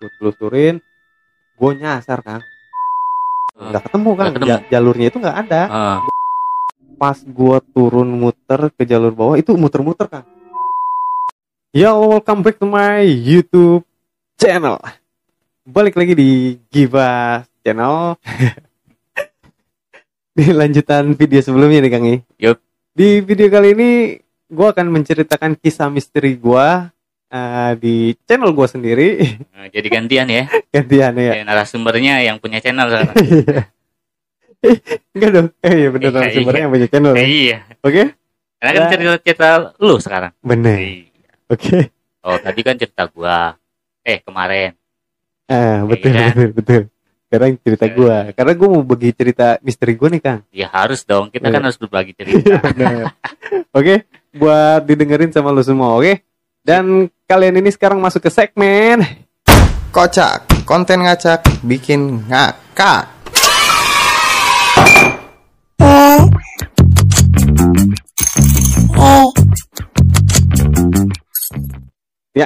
gue telusurin, gue nyasar kan, nggak ketemu kan, Nggak ketemu. jalurnya itu nggak ada. Pas gue turun muter ke jalur bawah itu muter-muter kan. Ya, welcome back to my YouTube channel. Balik lagi di Gibas channel. Di lanjutan video sebelumnya nih Kang I. Yup. Di video kali ini gue akan menceritakan kisah misteri gue di channel gue sendiri. Nah, jadi gantian ya. Gantian ya. Narasumbernya yang punya channel sekarang. Enggak dong. Iya bener Iya, narasumbernya iya. yang punya channel. Iya. Oke? Karena kan Ya. cerita lu sekarang. Bener. Iya. Oke. Oh, tadi kan cerita gua. Kemarin. Betul, Iya. betul. Sekarang cerita gue. Karena gue mau bagi cerita misteri gue nih Kang. Ya harus dong. Kita Iya. kan harus berbagi cerita. Bener. Oke, buat didengerin sama lu semua, oke? Dan kalian ini sekarang masuk ke segmen Kocak, konten ngacak, bikin ngakak. ya.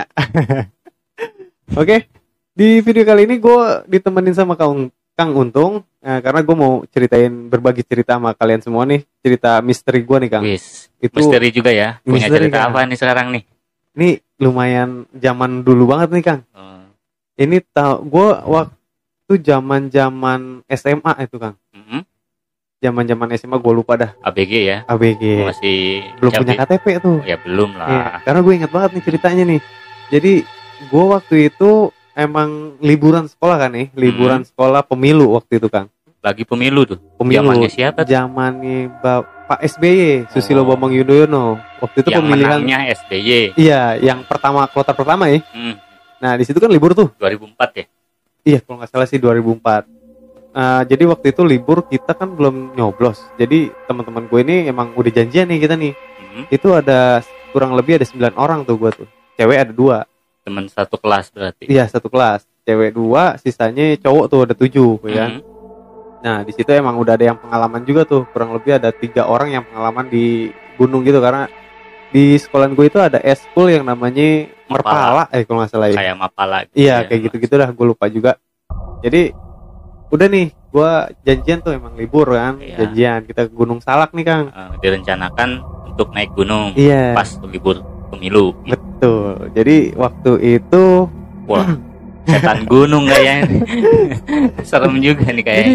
Oke, di video kali ini gue ditemenin sama Kang Untung, karena gue mau ceritain berbagi cerita sama kalian semua nih, cerita misteri gue nih Kang. Wis. Itu Misteri juga ya. Punya misteri, cerita Kang. apa nih sekarang nih? Ini lumayan zaman dulu banget nih Kang. Ini gue waktu zaman SMA itu Kang. Zaman SMA gue lupa dah. ABG ya. ABG. Masih Belum punya KTP tuh. Ya belum Iya, lah. karena gue ingat banget nih ceritanya nih. Jadi gue waktu itu emang liburan sekolah kan nih, liburan sekolah pemilu waktu itu Kang. Lagi pemilu tuh. Pemilu. Zamannya siapa tuh? Zamannya Pak SBY, Susilo Oh. Bambang Yudhoyono. Waktu itu Yang pemilihan. menangnya SBY. Iya, yang pertama kloter pertama ya. Nah di situ kan libur tuh. 2004 ya. Iya, kalau nggak salah sih 2004. Jadi waktu itu libur kita kan belum nyoblos. Jadi teman-teman gue ini emang udah janjian nih kita nih. Itu ada kurang lebih ada 9 orang tuh gue tuh. Cewek ada 2. Teman satu kelas berarti. Iya, satu kelas. Cewek 2, sisanya cowok tuh ada 7 ya kan. Nah, di situ emang udah ada yang pengalaman juga tuh. Kurang lebih ada 3 orang yang pengalaman di gunung gitu karena di sekolahan gue itu ada eskul yang namanya Merpala, kalau nggak salah ya. Kayak Mapala gitu. Iya, ya. kayak gitu-gitu dah, gue lupa juga. Jadi udah nih, gue janjian tuh emang libur kan, Iya. janjian kita ke Gunung Salak nih Kang. Direncanakan untuk naik gunung. Iya. Pas libur pemilu. Betul. Jadi waktu itu Wah, setan gunung kayaknya. Serem juga nih kayaknya.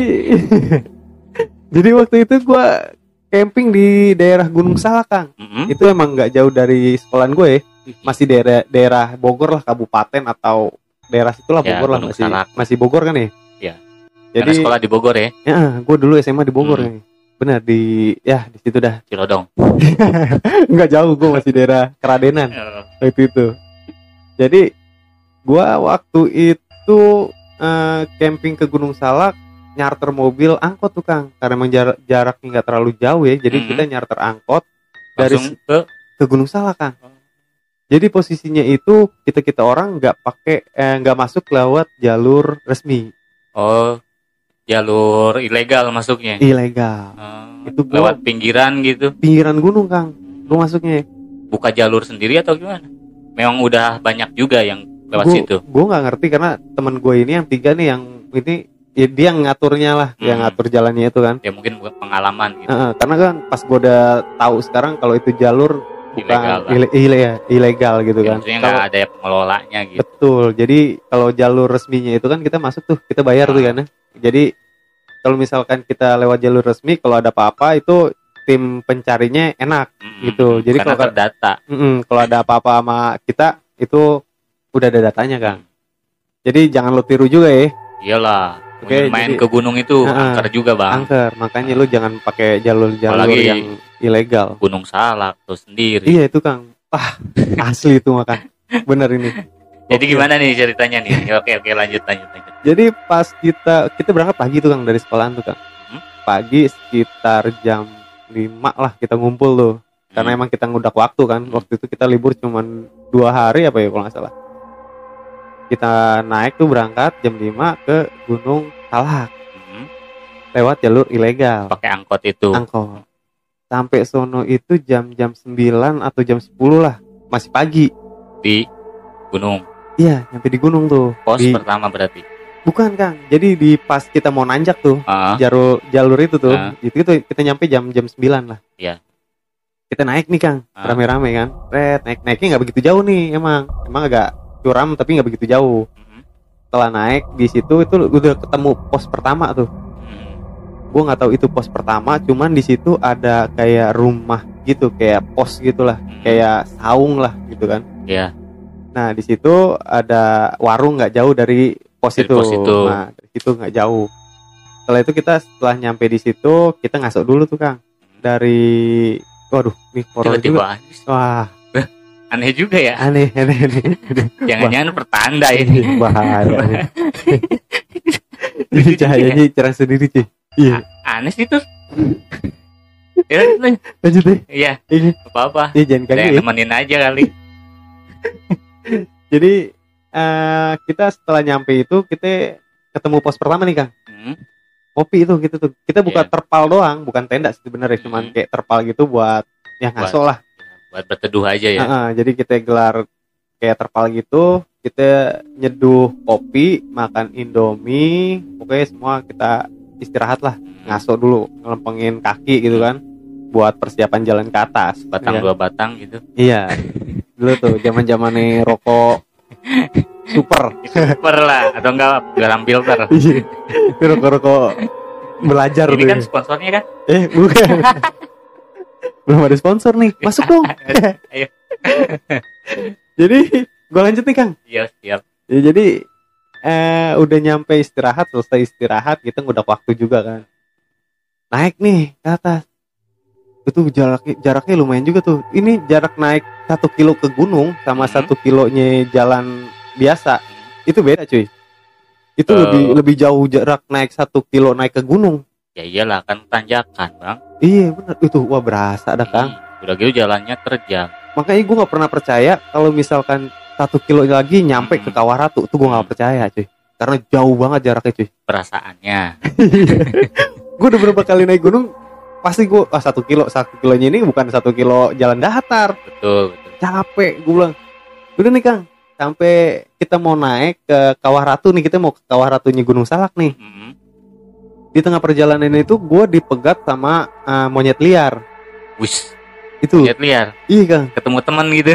jadi waktu itu gue camping di daerah Gunung Salak Kang. Itu emang nggak jauh dari sekolahan gue, masih daerah Bogor lah, kabupaten atau daerah situlah Ya, Bogor lah, Gunung masih Salak. masih Bogor kan ya. Iya. Jadi Karena sekolah di Bogor ya, gue dulu SMA di Bogor nih. Benar di situ dah. Cilodong. Nggak jauh, gue masih daerah Keradenan waktu itu. Jadi gue waktu itu camping ke Gunung Salak, nyarter mobil angkot tuh Kang, karena emang jaraknya nggak terlalu jauh ya. Jadi kita nyarter angkot dari Langsung ke ke Gunung Salak Kang. Jadi posisinya itu kita orang nggak masuk lewat jalur resmi, jalur ilegal masuknya. ilegal. Itu gua Lewat pinggiran gitu. pinggiran gunung Kang, gue masuknya. Buka jalur sendiri atau gimana? Memang udah banyak juga yang lewat situ. Gue nggak ngerti karena teman gue ini yang 3 nih, yang ini ya dia yang ngaturnya lah, yang ngatur jalannya itu kan. Ya mungkin bukan pengalaman gitu. Karena kan pas gue udah tahu sekarang kalau itu jalur bukan ilegal gitu Ya, kan. maksudnya nggak ada pengelolanya gitu. Betul. Jadi kalau jalur resminya itu kan kita masuk tuh, kita bayar tuh kan. Jadi kalau misalkan kita lewat jalur resmi, kalau ada apa-apa itu tim pencarinya enak gitu. Jadi Karena kalau terdata. kalau ada apa-apa sama kita itu udah ada datanya Kang. Jadi jangan lo tiru juga ya. Iyalah. Oke, Main jadi- ke gunung itu angker juga bang. Angker. Makanya lo jangan pakai jalur-jalur Apalagi yang ilegal. Gunung Salak tuh sendiri. Iya itu Kang. Wah, asli itu makan. Bener ini. Jadi Oke. gimana nih ceritanya nih? Oke lanjut. Jadi pas kita berangkat pagi tuh Kang dari sekolahan tuh Kang. Pagi sekitar jam 5 lah kita ngumpul tuh. Karena emang kita ngudak waktu kan. Waktu itu kita libur cuman 2 hari apa ya kalau nggak salah. Kita naik tuh berangkat jam 5 ke Gunung Salak. Lewat jalur ilegal. Pakai angkot itu. Angkot. Sampai sono itu jam 9 atau jam 10 lah. Masih pagi. Di gunung. Iya, nyampe di gunung tuh. Pos Di pertama berarti. Bukan, Kang. Jadi di pas kita mau nanjak tuh, Ah, jalur itu tuh, Ah. itu kita nyampe jam 9 lah. Iya. Kita naik nih, Kang. Ah. Rame-rame kan. Naiknya nggak begitu jauh nih emang. Emang agak curam tapi nggak begitu jauh. Mhm. Setelah naik di situ itu udah ketemu pos pertama tuh. Mhm. Gue nggak tahu itu pos pertama, cuman di situ ada kayak rumah gitu, kayak pos gitulah, kayak saung lah gitu kan. Iya. Nah di situ ada warung nggak jauh dari pos Dari itu. pos itu. Nah dari situ nggak jauh. Setelah itu kita setelah nyampe di situ kita ngasuk dulu tuh, Kang. Dari waduh nih horor Tiba-tiba juga. habis. Wah Aneh juga ya. aneh. Jangan-jangan pertanda ini. Bahaya. Ini cahayanya cerah sendiri cuy. Iya. Aneh sih tuh. Ya, Lanjut deh. iya, Ini. apa-apa. Iya jangan Saya kaget ya. nemenin aja kali. Jadi kita setelah nyampe itu kita ketemu pos pertama nih, Kang. Hmm. Kopi itu gitu tuh. Kita buka Iya. terpal doang, bukan tenda sebenarnya, cuman kayak terpal gitu buat yang ngaso lah. Buat berteduh aja ya. Jadi kita gelar kayak terpal gitu, kita nyeduh kopi, makan Indomie, pokoknya semua kita istirahat lah, ngaso dulu, ngelempengin kaki gitu kan, buat persiapan jalan ke atas. Batang Iya. dua batang gitu. Iya. Dulu tuh zaman-zamannya rokok super. Super lah atau enggak garam filter. Iya. Itu rokok-rokok belajar Ini tuh. kan sponsornya kan. Bukan. Belum ada sponsor nih. Masuk dong. Ayo. Jadi gua lanjut nih, Kang. Iya, siap. Ya, jadi udah nyampe istirahat, selesai istirahat kita udah waktu juga kan. Naik nih ke atas. Itu jaraknya lumayan juga tuh. Ini jarak naik 1 kilo ke gunung sama 1 kilonya jalan biasa. Itu beda cuy. Itu lebih jauh jarak naik 1 kilo naik ke gunung. Ya iyalah kan tanjakan, Bang. Iya benar. Itu wah berasa dah, Kang. Udah gitu jalannya terjal. Makanya gue nggak pernah percaya kalau misalkan 1 kilo lagi nyampe ke Kawaratu. Itu gue nggak percaya cuy. Karena jauh banget jaraknya cuy. Perasaannya. Gue udah berapa kali naik gunung, pasti gue 1 kilonya ini bukan 1 kilo jalan datar. Betul. Capek gue bilang. Udah nih, Kang, sampai kita mau naik ke Kawaratu nih, kita mau ke Kawaratunya Gunung Salak nih. Di tengah perjalanan itu gue dipegat sama monyet liar. Wis, Itu monyet liar. iya, Kang. Ketemu teman gitu.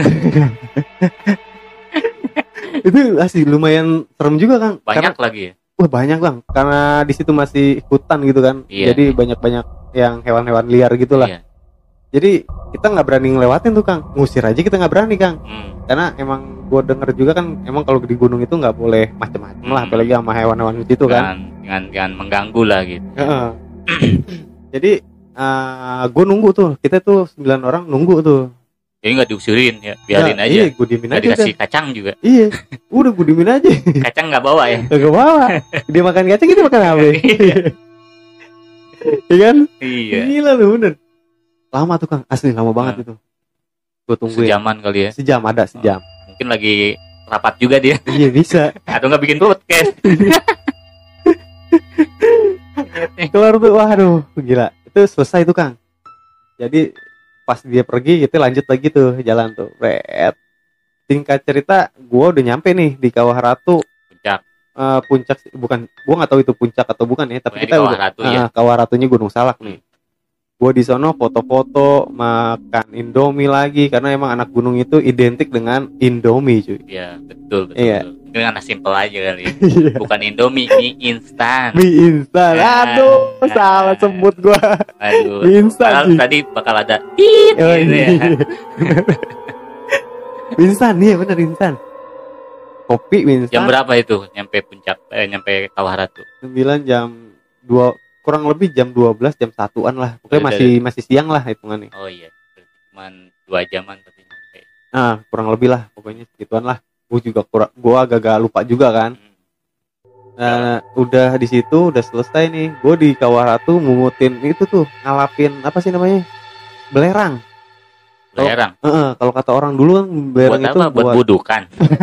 Itu asli lumayan serem juga, Kang. Banyak lagi ya. Wah banyak, Bang, karena di situ masih hutan gitu kan. Iya. Jadi banyak yang hewan-hewan liar gitulah. Iya. Jadi kita nggak berani ngelewatin tuh, Kang. Ngusir aja kita nggak berani, Kang. Karena emang gue denger juga kan, emang kalau di gunung itu nggak boleh macem-macem lah, apalagi sama hewan-hewan gitu kan. Jangan mengganggu lah gitu. Jadi gue nunggu tuh, kita tuh 9 orang nunggu tuh. Jadi nggak diusirin ya, biarin aja. Iya, gue diemin Nggak aja. dikasih kacang juga. Iya, udah gue diemin aja. Kacang nggak bawa ya. Gak bawa. Dia makan kacang, kita makan apa? Iya kan? Iya. Gila lu bener. Lama tuh, Kang, asli lama banget itu. Gue tungguin. Sejaman kali ya. Sejam ada, sejam. Mungkin lagi rapat juga dia. Iya bisa. Atau nggak bikin podcast. Keluar tuh, waduh, gila. Itu selesai tuh, Kang. Jadi pas dia pergi, kita lanjut lagi tuh jalan tuh. Singkat cerita, gue udah nyampe nih di Kawah Ratu. Puncak. Puncak bukan, gue nggak tahu itu puncak atau bukan ya. Tapi Pokoknya kita di Kawah udah Ratu, ya. Kawah Ratunya Gunung Salak nih. Gue di sono foto-foto, makan Indomie lagi karena emang anak gunung itu identik dengan Indomie, cuy. Iya, betul. Iya. Mungkin karena simple aja kali. Bukan Indomie, mie instan. Mie instan. Aduh, salah sebut gue. Aduh. Mie instan, Padahal cuy. tadi bakal ada tit Oh, gitu ya. iya. Instan, iya bener instan. Kopi instan. Jam berapa itu nyampe puncak nyampe Kawah Ratu? 9 jam 2, kurang lebih jam 12 jam 1-an lah. Pokoknya masih siang lah hitungannya. Oh iya. Cuman 2 jaman tapi nyampe. Nah, kurang lebih lah pokoknya segituan lah. Gue agak lupa juga kan. Udah di situ udah selesai nih. Gue di Kawah Ratu mungutin itu tuh, ngalapin apa sih namanya? Belerang. Belerang. Kalau kata orang dulu kan belerang Buat itu apa? Buat budukan.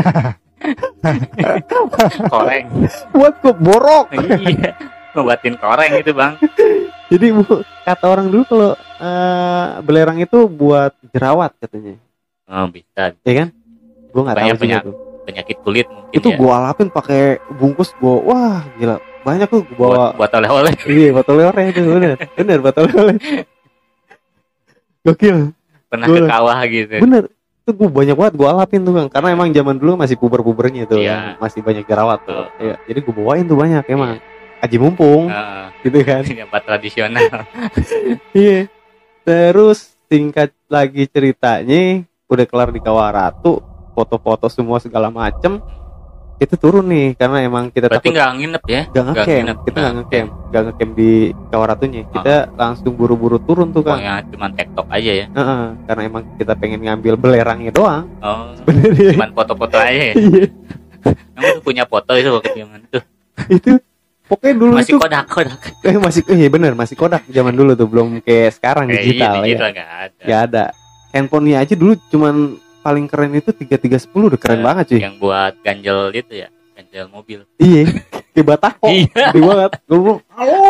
Koreng. buat borok. Iya. Ngebuatin koreng itu, Bang. Jadi kata orang dulu kalau belerang itu buat jerawat katanya. Oh, bisa. Ya kan? Gue nggak tahu Banyak juga tuh. penyakit kulit mungkin Itu ya. gua lapin pakai bungkus gua. Wah, gila. Banyak tuh gua bawa. buat oleh-oleh. Iya, buat oleh-oleh itu bener buat oleh-oleh. Gokil. Pernah ke kawah gitu. Bener. Itu gua banyak banget gua lapin tuh Kang. Karena emang zaman dulu masih puber-pubernya tuh. Iya. Masih banyak jerawat tuh. Oh. Iya. Jadi gua bawain tuh banyak emang. Aji mumpung gitu kan. Obat tradisional. Iya. Terus singkat lagi ceritanya, udah kelar di Kawah Ratu, foto-foto semua segala macem. Itu turun nih karena emang kita Berarti takut nggak nginep ya? nggak ngecamp. Kita nggak ngecamp di Kawah Ratunya. Kita langsung buru-buru turun tuh Kang. Pokoknya cuma tektok aja ya. Karena emang kita pengen ngambil belerangnya doang. Oh, Sebenarnya. cuma foto-foto aja ya. Iya. Kamu tuh punya foto itu waktu zaman itu. Itu pokoknya dulu Masih itu Kodak. iya bener masih Kodak zaman dulu tuh, belum kayak sekarang digital ya. Digital nggak ada. Gak ada. Handphonenya aja dulu cuman paling keren itu 3310 udah keren banget cuy. Yang buat ganjel itu ya, ganjel mobil. Iya. Kayak batako. Iya. Gede banget. Gue bilang, halo.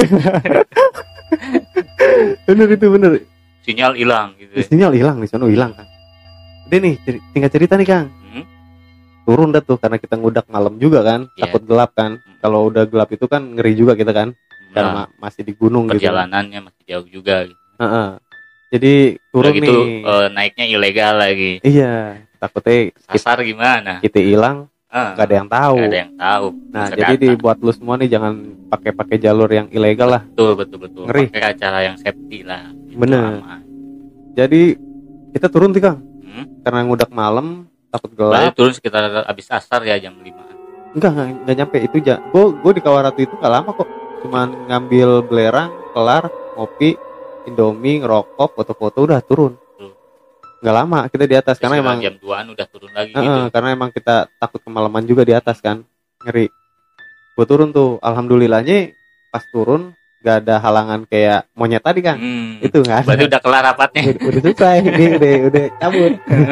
Bener itu bener. Sinyal hilang gitu. Sinyal hilang di sana hilang kan. Udah nih tinggal cerita nih Kang. Turun dah tuh karena kita ngudak malam juga kan, takut gelap kan. Kalau udah gelap itu kan ngeri juga kita kan, karena masih di gunung gitu. Perjalanannya masih jauh juga. Gitu. Jadi turun gitu, nih. Naiknya ilegal lagi. Iya, takutnya sasar gimana? Kita hilang, nggak ada yang tahu. Nggak ada yang tahu. Nah, jadi dibuat lu semua nih jangan pakai jalur yang ilegal lah. Betul. Ngeri. Pakai cara yang safety lah. Bener. Jadi kita turun sih Kang, karena ngudak malam. Takut gelap. Berarti turun sekitar abis asar ya jam 5. Enggak nyampe itu gue di Kawah Ratu itu nggak lama kok, cuman ngambil belerang, kelar, ngopi, Indomie, ngerokok, foto-foto udah turun. Nggak lama kita di atas. Karena emang jam 2an udah turun lagi gitu. Karena emang kita takut kemalaman juga di atas kan, ngeri. Gue turun tuh, alhamdulillahnya pas turun nggak ada halangan kayak monyet tadi kan. Itu nggak ada. Berarti udah kelar rapatnya. Udah selesai, udah cabut.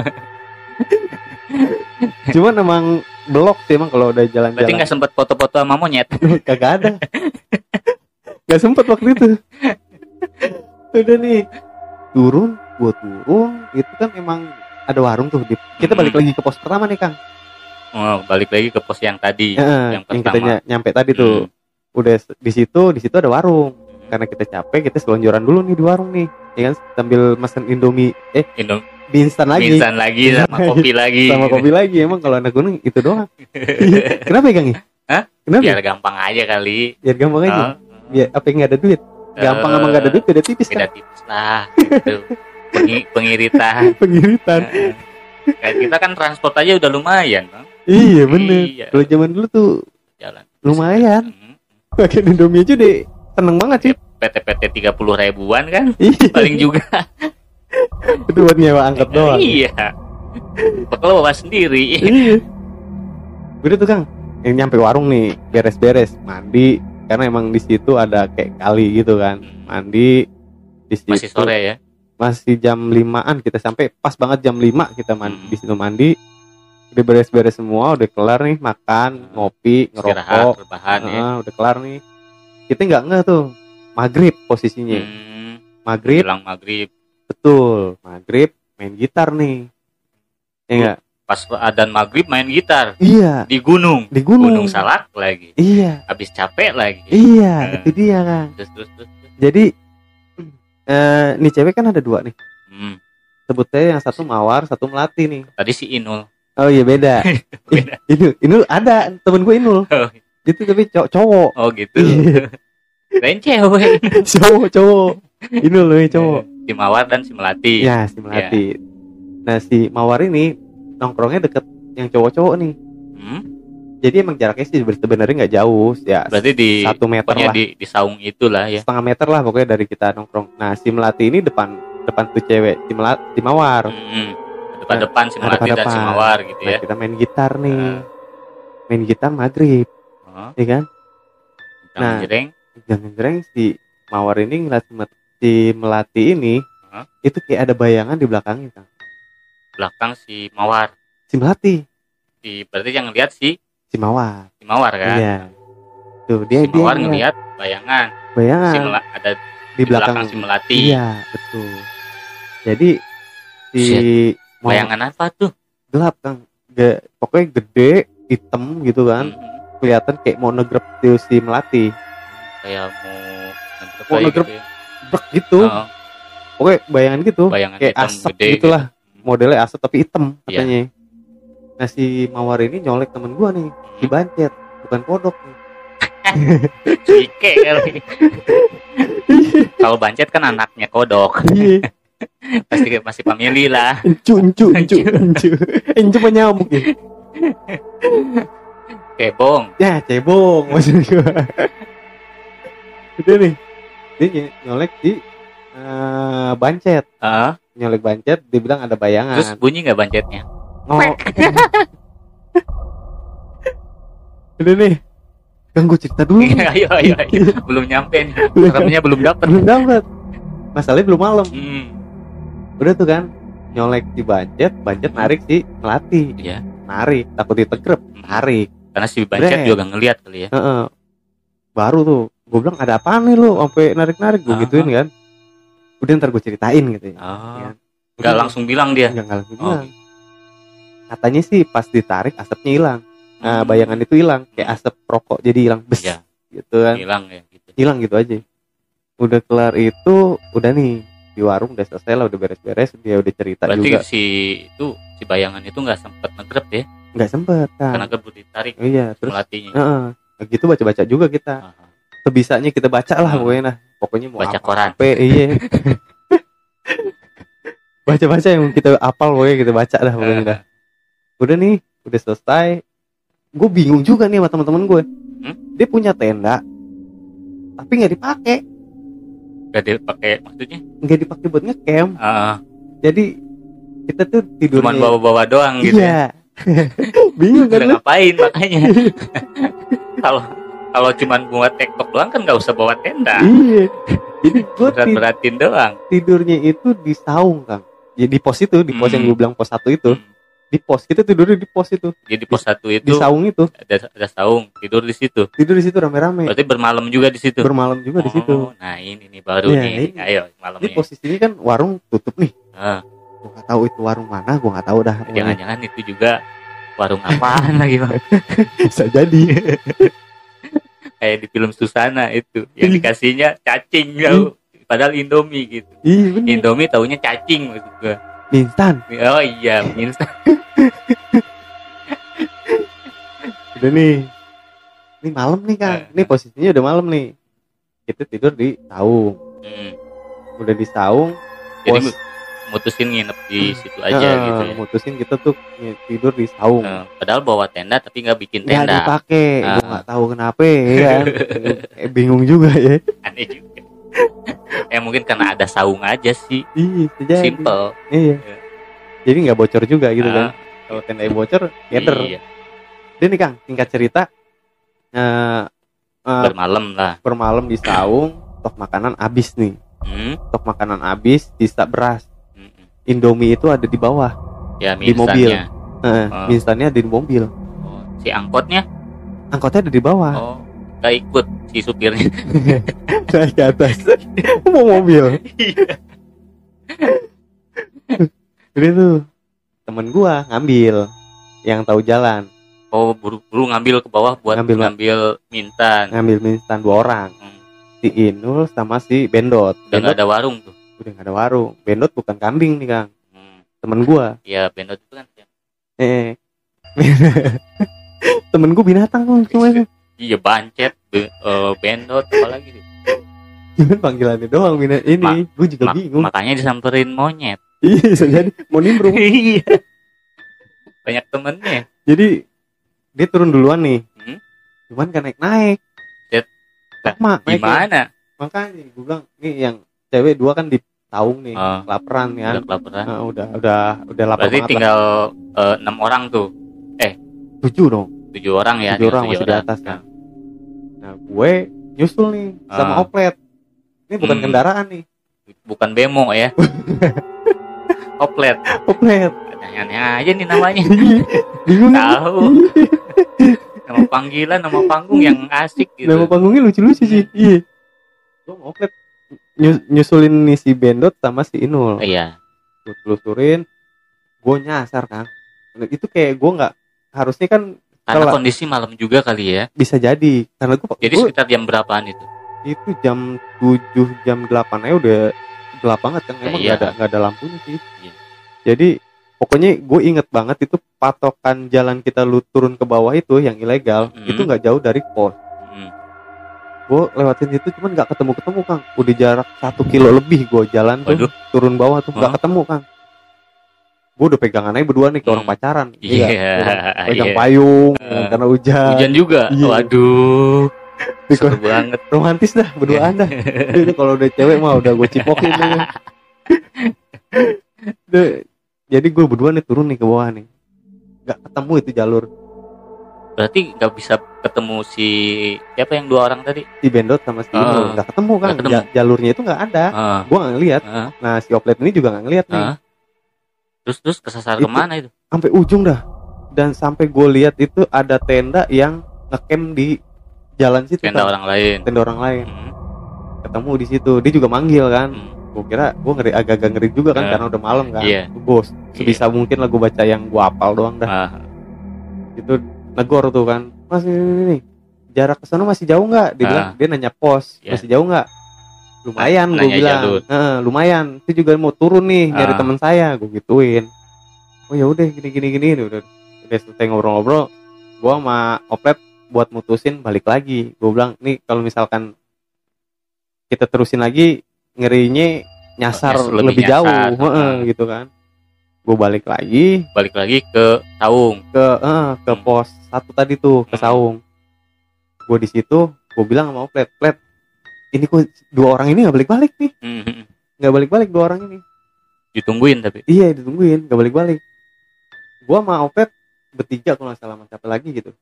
Cuman emang blok sih emang kalau udah jalan-jalan. Berarti nggak sempet foto-foto sama monyet? Kagak ada. Nggak sempet waktu itu. Udah nih turun, gua turun, itu kan emang ada warung tuh. Kita balik lagi ke pos pertama nih Kang. Oh, balik lagi ke pos yang tadi, yang kita nyampe tadi tuh. Udah di situ ada warung. Karena kita capek, kita selonjoran dulu nih di warung nih. Ya kan, sambil mesen Indomie. Mie instan lagi sama kopi lagi. Sama kopi lagi. Emang kalau anak gunung itu doang. Kenapa ya Kang ya? Hah? Kenapa? Biar gampang aja kali. Biar gampang aja. Biar apa yang nggak ada duit? Gampang emang nggak ada duit, beda tipis kan? Beda tipis lah. Gitu. Pengiritan. Kayak kita kan transport aja udah lumayan, Bang. Iya bener. Kalau zaman dulu tuh jalan lumayan. Pakai Indomie aja deh seneng banget sih. PT 30 ribuan kan? Iya. Paling juga. Itu buat nyewa angkot doang. Iya. Kalau bawa sendiri. Iya. Udah tuh Kang, yang nyampe warung nih, beres-beres, mandi, karena emang di situ ada kayak kali gitu kan. Mandi di situ. Masih sore ya? Masih jam 5-an kita sampai, pas banget jam 5 kita mandi di situ mandi. Udah beres-beres semua, udah kelar nih, makan, ngopi, ngerokok. Rebahan ya. Udah kelar nih. Kita nggak tuh, maghrib posisinya. Maghrib. Bilang maghrib. Betul, maghrib main gitar nih. Ya enggak? Pas adzan maghrib main gitar. Iya. Di gunung. Gunung Salak lagi. Iya. Habis capek lagi. Iya, itu dia Kang. Terus. Jadi nih cewek kan ada 2 nih. Sebutnya yang satu Mawar, satu Melati nih. Tadi si Inul. Oh iya beda. Inul ada, temen gue Inul. Itu tapi cowok. Oh gitu. Lain cewek. Cowok. Inul nih cowok. Si Mawar dan si Melati. Ya, si Melati. Ya. Nah, si Mawar ini nongkrongnya deket yang cowok-cowok nih. Jadi emang jaraknya sih sebenarnya nggak jauh ya. Berarti di 1 meter lah. Di saung itulah ya. 1,5 meter lah pokoknya dari kita nongkrong. Nah, si Melati ini depan tuh cewek, si Mawar. Depan si Melati dan si Mawar gitu ya. Nah, kita main gitar nih. Main gitar maghrib. Iya kan? Jangan jereng si Mawar ini ngeliat si Melati ini, itu kayak ada bayangan di belakangnya Kang. Belakang si Mawar. Si Melati. Berarti yang ngeliat si Mawar. Si Mawar kan? Iya. Tuh dia Mawar ngeliat bayangan. Ada di belakang si Melati. Iya, betul. Jadi si bayangan apa tuh? Gelap Kang. pokoknya gede, hitam gitu kan. Kelihatan kayak mau negrep tuh si melati. Kayak mau negrep gitu ya. Brek gitu. Pokoknya bayangan gitu. Bayangan kayak hitam asap gede gitulah. gitu. Modelnya asap tapi hitam katanya. Iya. Nah si Mawar ini nyolek temen gua nih, si Bancet, bukan kodok nih. Cike kali. Kalau Bancet kan anaknya kodok. Iya. Pasti masih family lah. Encu mah nyamuk ya. Kebong. Ya cebong maksud gua. Udah nih, dia nyolek di Bancet. Nyolek Bancet, dia bilang ada bayangan. Terus bunyi nggak Bancetnya? Oh. Udah nih, kan gue cerita dulu. ayo. Belum nyampe nih. Seremnya belum dapet. Masalahnya belum malam. Udah tuh kan, nyolek di Bancet narik si melati. Iya. Narik, takut ditegrep, narik. Karena si Bancet juga ngelihat kali ya. Baru tuh, gue bilang ada apaan nih lu, sampai narik-narik gue gituin kan. Udah ntar gue ceritain gitu ya. Nggak langsung bilang dia. Nggak langsung bilang. Katanya sih pas ditarik asapnya hilang. Nah, bayangan itu hilang, kayak asap rokok jadi hilang bes. Ya. Gitu kan. Hilang ya gitu. Hilang gitu aja. Udah kelar itu, udah nih di warung udah selesai lah, udah beres-beres, dia udah cerita. Berarti juga. si bayangan itu nggak sempet negrep ya? Nggak sempet kan. Karena keburu ditarik. Iya, terus melatinya. Gitu baca-baca juga kita. Sebisanya kita baca lah pokoknya mau baca koran. Iya. Baca-baca yang kita apal pokoknya kita baca dah pokoknya dah. Udah nih, udah selesai. Gue bingung juga nih sama teman-teman gue. Dia punya tenda, tapi nggak dipakai. Nggak dipakai maksudnya? Nggak dipakai buat ngecamp. Jadi kita tuh tidurnya cuman bawa-bawa doang gitu. Iya. Bingung kan? Ngapain makanya? Kalau cuman buat TikTok doang kan nggak usah bawa tenda. Iya. Jadi gue berat-beratin doang. Tidurnya itu di saung, Kang. Jadi di pos itu, di pos yang gue bilang pos 1 itu. Di pos kita tidurnya di pos itu. Jadi pos 1 itu di saung itu. Ada saung, tidur di situ. Tidur di situ rame-rame. Berarti bermalam juga di situ. Bermalam juga di situ. Nah, ini baru nih. Ayo malamnya. Ini posisinya kan warung tutup nih. Gue nggak tahu itu warung mana, gue nggak tahu dah. Jangan-jangan itu juga warung apaan lagi, Bang? Bisa jadi. Kayak di film Susana itu yang dikasihnya cacing tau. Padahal Indomie gitu. Iya bener. Indomie taunya cacing maksud gua. Instan. Oh iya, instan. Udah nih. Ini malam nih, Kang. Ini posisinya udah malam nih. Kita tidur di saung. Udah di saung. Jadi mutusin nginep di situ aja gitu ya. Mutusin kita tuh tidur di saung. Padahal bawa tenda tapi nggak bikin tenda. Nggak dipakai. Gue nggak tahu kenapa ya kan. Bingung juga ya. Aneh juga. Mungkin karena ada saung aja sih. Iya, simple. Iya. Jadi nggak bocor juga gitu kan. Kalau tenda bocor, keder. Iya. Dan nih Kang, singkat cerita, bermalam di saung, stok makanan habis nih. Stok makanan habis, sisa beras. Indomie itu ada di bawah. Ya, di mobil. Mie instannya ada di mobil. Si angkotnya? Angkotnya ada di bawah. Gak ikut si supirnya. Naik ke atas. Mau mobil. Udah tuh temen gua ngambil yang tahu jalan. Buru-buru ngambil ke bawah buat ngambil mintan. Ngambil mintan 2 orang. Si Inul sama si Bendot. Udah nggak ada warung tuh. Udah nggak ada warung. Bendot bukan kambing nih, Kang. Temen gua. Iya, Bendot itu kan. Temen gua binatang tuh semuanya. Iya, Bancet, Bendot, apalagi tuh. Cuman panggilannya doang ini. Gue juga bingung. Makanya disamperin monyet. Iya, bisa jadi mau nimbrung. Iya. Banyak temennya. Jadi dia turun duluan nih. Cuman kan naik. Gimana? Makanya gue bilang nih yang cewek 2 kan di saung nih, kelaparan kan. Udah lapar. Berarti banget tinggal 6 orang tuh. 7 dong. 7 orang ya. 7 orang masih di atas kan. Nah, gue nyusul nih sama Oplet. Ini bukan kendaraan nih. Bukan bemo ya. Oplet. Aneh-aneh aja nih namanya. Bingung. Tahu. Nama panggilan, nama panggung yang asik gitu. Nama panggungnya lucu-lucu sih. Iya. Gue mau Oplet nyusulin nih si Bendot sama si Inul. Iya. Gue telusurin. Gue nyasar, Kang. Itu kayak gue nggak, harusnya kan Karena kalau kondisi malam juga kali ya. bisa jadi karena Jadi gue sekitar jam berapaan itu? itu jam 7 jam 8 aja udah gelap banget kan, Ya, emang iya. nggak ada lampunya sih. Iya. Jadi pokoknya gue inget banget itu patokan jalan kita lu turun ke bawah itu yang ilegal, itu nggak jauh dari pos. Gue lewatin itu cuman nggak ketemu Kang, udah jarak 1 kilo lebih gue jalan tuh. Waduh. Turun bawah tuh nggak ketemu Kang. Gue udah pegangan aja berdua nih kayak orang pacaran. Iya. Pegang Iya. payung karena hujan. Hujan juga. Iya. Waduh. Seru banget. Romantis dah berduaan dah. Itu kalau udah cewek mah udah gue cipokin nih. Jadi gue berdua nih turun nih ke bawah nih, nggak ketemu itu jalur. Berarti nggak bisa ketemu si siapa yang 2 orang tadi? Si Bendot sama si Ino nggak ketemu Kang. Nggak ketemu. Jalurnya itu nggak ada. Gue nggak ngeliat. Nah si Oplet ini juga nggak ngeliat nih. Terus kesasar Itu kemana itu? sampai ujung dah. Dan sampai gue lihat itu ada tenda yang ngecamp di jalan situ. Tenda Kang. orang lain. Tenda orang lain. Ketemu di situ. Dia juga manggil kan. Gue kira gue agak-agak ngeri juga kan karena udah malam kan. Iya. Bos, sebisa mungkin lah gue baca yang gue hafal doang dah. Itu negor tuh kan. Mas ini jarak ke sana masih jauh nggak? Dia bilang, dia nanya pos, masih jauh nggak? Lumayan, gue bilang. Lumayan. Itu juga mau turun nih nyari teman saya, gue gituin. Oh ya udah gini udah selesai ngobrol-ngobrol. Gue sama Oplet buat mutusin balik lagi. Gue bilang nih kalau misalkan kita terusin lagi ngerinya nyasar lebih jauh gitu kan. Gue balik lagi ke Saung, ke pos 1 tadi tuh, ke Saung. Gue di situ gue bilang sama Oplet, ini kok 2 orang ini nggak balik-balik nih. Nggak balik-balik 2 orang ini. Ditungguin tapi. Iya ditungguin, nggak balik-balik. Gue sama Oplet bertiga kalau nggak salah, sama siapa lagi gitu.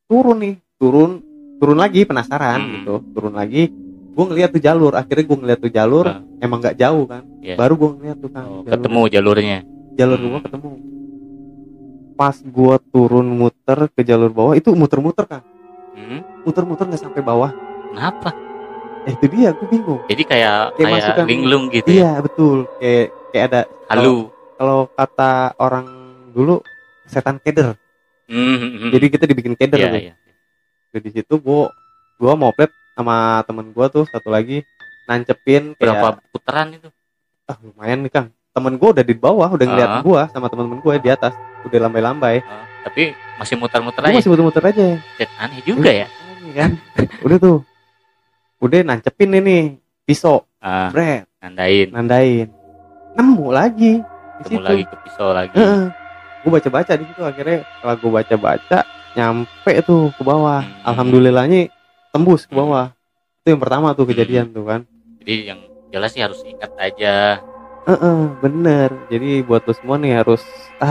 Turun lagi penasaran gitu. Turun lagi. Gue ngeliat tuh jalur, akhirnya gue ngeliat tuh jalur, emang nggak jauh kan. Baru gue ngeliat tuh kan. Ketemu jalurnya. Jalur gue ketemu. Pas gue turun muter ke jalur bawah itu muter-muter kan. Muter-muter nggak sampai bawah. Kenapa? Itu dia, gue bingung. Jadi kayak linglung gitu. Iya betul. Kayak ada halu. Kalau kata orang dulu setan keder. Jadi kita dibikin keder. Iya. Di situ gue mau plet sama temen gue tuh satu lagi nancepin berapa putaran itu? Lumayan nih Kang. Temen gue udah di bawah, udah ngeliat gue sama temen-temen gue di atas, udah lambai-lambai. Tapi masih muter-muter aja. Masih muter-muter aja. Aneh juga ya. Kan? Udah tuh, udah nancepin ini pisau, nandain. Nemu lagi. Ketemu lagi ke pisau lagi. Gue baca-baca di situ, akhirnya setelah gue baca-baca nyampe tuh ke bawah. Alhamdulillahnya tembus ke bawah. Itu yang pertama tuh kejadian tuh kan. Jadi yang jelas sih harus ingat aja. Bener. Jadi buat lo semua nih harus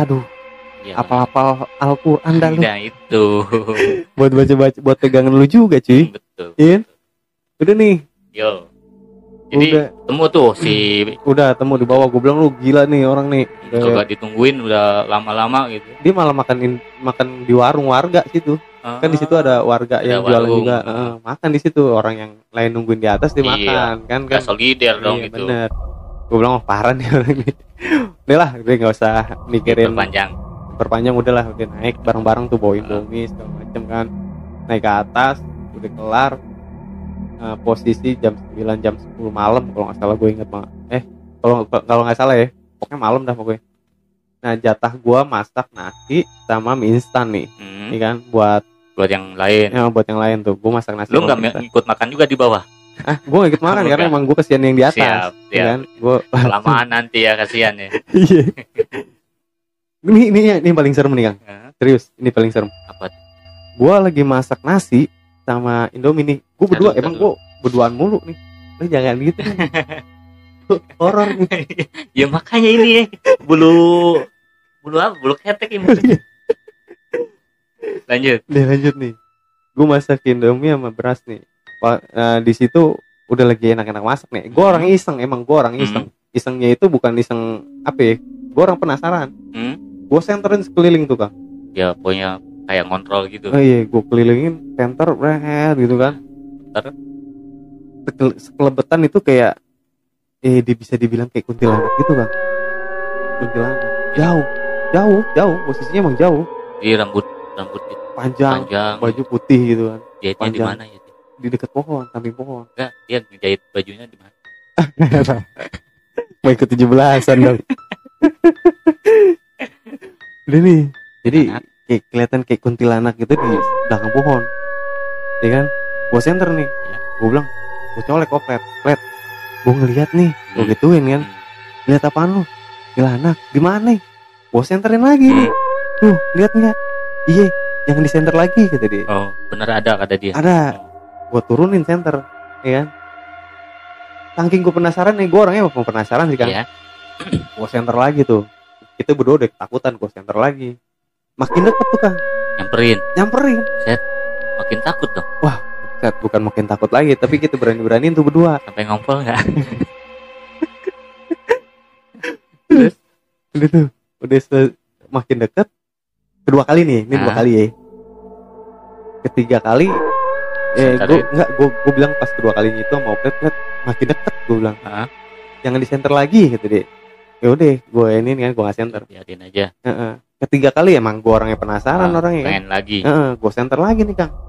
apal-apal Al-Quran dah lu. Nah itu buat baca-baca, buat pegangan lu juga cuy. Betul. Iya. Udah nih. Yo. Jadi temu tuh si. Udah temu di bawah. Gue bilang lu gila nih orang nih. Kagak ditungguin udah lama-lama gitu. Dia malah makan di warung warga situ. Kan di situ ada warga yang jualan juga. Makan di situ, orang yang lain nungguin di atas dia makan kan. Gak solider dong gitu. Bener. Gue bilang parah nih orang ini. Udah lah, gue nggak usah mikirin perpanjang udahlah, udah naik bareng-bareng tuh bawa Indomie segala macem kan. Naik ke atas, udah kelar. Posisi jam 9 jam 10 malam kalau nggak salah, gue inget banget. Kalau nggak salah ya, pokoknya malam dah pokoknya. Nah jatah gue masak nasi sama mie instan nih, ini kan buat yang lain. Ya, buat yang lain tuh, gue masak nasi. Lu nggak ikut makan juga di bawah? Gue gak ikut makan karena emang gue kesian yang di atas. Siap. Kan? Gue kelamaan nanti ya, kasihan ya. Iya. Ini paling serem nih Kang. Serius, ini paling serem. Apa? Gue lagi masak nasi sama Indomie nih. Gue berdua, emang gue berduaan mulu nih. Lu jangan gitu. Horor nih. Ya makanya ini ya. Bulu ketek ini. Lanjut nih. Gue masak Indomie sama beras nih. Di situ udah lagi enak-enak masak nih. Gue orang iseng, Isengnya itu bukan iseng apa ya? Gue orang penasaran. Gue senterin sekeliling tuh Kang. Ya pokoknya kayak ngontrol gitu. Iya, gue kelilingin senter gitu kan. Sekelebetan itu kayak bisa dibilang kayak kuntilanak gitu Kang. Kuntilanak jauh. Jauh, posisinya emang jauh. Di rambut Panjang, panjang. baju putih gitu kan. Jahitnya di panjang. mana ya? Di dekat pohon, samping pohon. Enggak, dia ngejahit bajunya di mana? Mau ikut 17-an dong. Udah nih. Jadi kayak kelihatan kayak kuntilanak gitu di belakang pohon. Ya kan? Gua senter nih. Ya. Gua bilang, gua colek oplet. Gua ngeliat nih, gua gituin kan. Lihat apaan lu? Kuntilanak. Di mana nih? Gua senterin lagi nih. Tuh, lihat enggak? Iya, jangan disenter lagi kata dia. Oh, bener ada kata dia. Ada. Gua turunin senter, ya kan? Saking gue penasaran nih, gue orangnya mau penasaran sih kan. Iya. Gue senter lagi tuh. Kita berdua udah ketakutan, gue senter lagi. Makin deket tuh kan. Nyamperin. Set, makin takut dong. Set, bukan makin takut lagi, tapi kita berani-beraniin tuh berdua. Sampai ngompol nggak? Terus, udah tuh, makin deket. Kedua kali nih, ini 2 kali ya. Ketiga kali, gue bilang pas kedua kalinya itu mau plet makin deket, gue bilang. Jangan disenter lagi gitu deh. Ya udah, gue ini kan gue nggak senter. Biarin aja. Ketiga kali emang gue orangnya penasaran orangnya kan. Pengen lagi. Gue senter lagi nih Kang.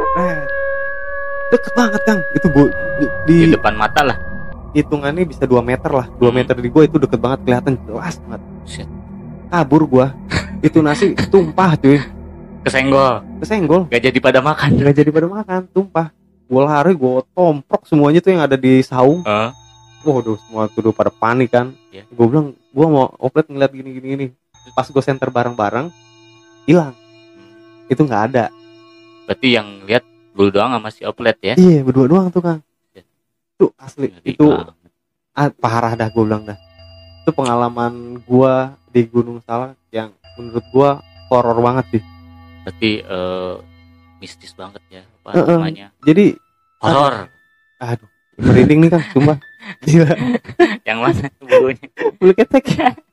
Deket banget Kang. Itu gue Di depan mata lah. hitungannya bisa 2 meter lah. 2 meter di gue itu deket banget, kelihatan jelas banget. Shit. Kabur gue. Itu nasi tumpah cuy. Kesenggol. Gak jadi pada makan. Gak jadi pada makan, tumpah. Gue lari, gue tomprok semuanya tuh yang ada di saung. Waduh, semua tuh udah pada panik kan. Yeah. Gue bilang, gue mau oplet ngeliat gini. Pas gue senter bareng-bareng, hilang. Itu nggak ada. Berarti yang lihat dulu doang sama si oplet ya? Iya, berdua doang tuh Kang. Yeah. Tuh asli. Jadi, itu parah dah gue bilang dah. Itu pengalaman gue di Gunung Salak yang menurut gue horor banget sih. Berarti mistis banget ya apa namanya? Jadi horor. Aduh, merinding nih Kang, sumpah. Gila. Yang mana bulunya? Bulu ketek.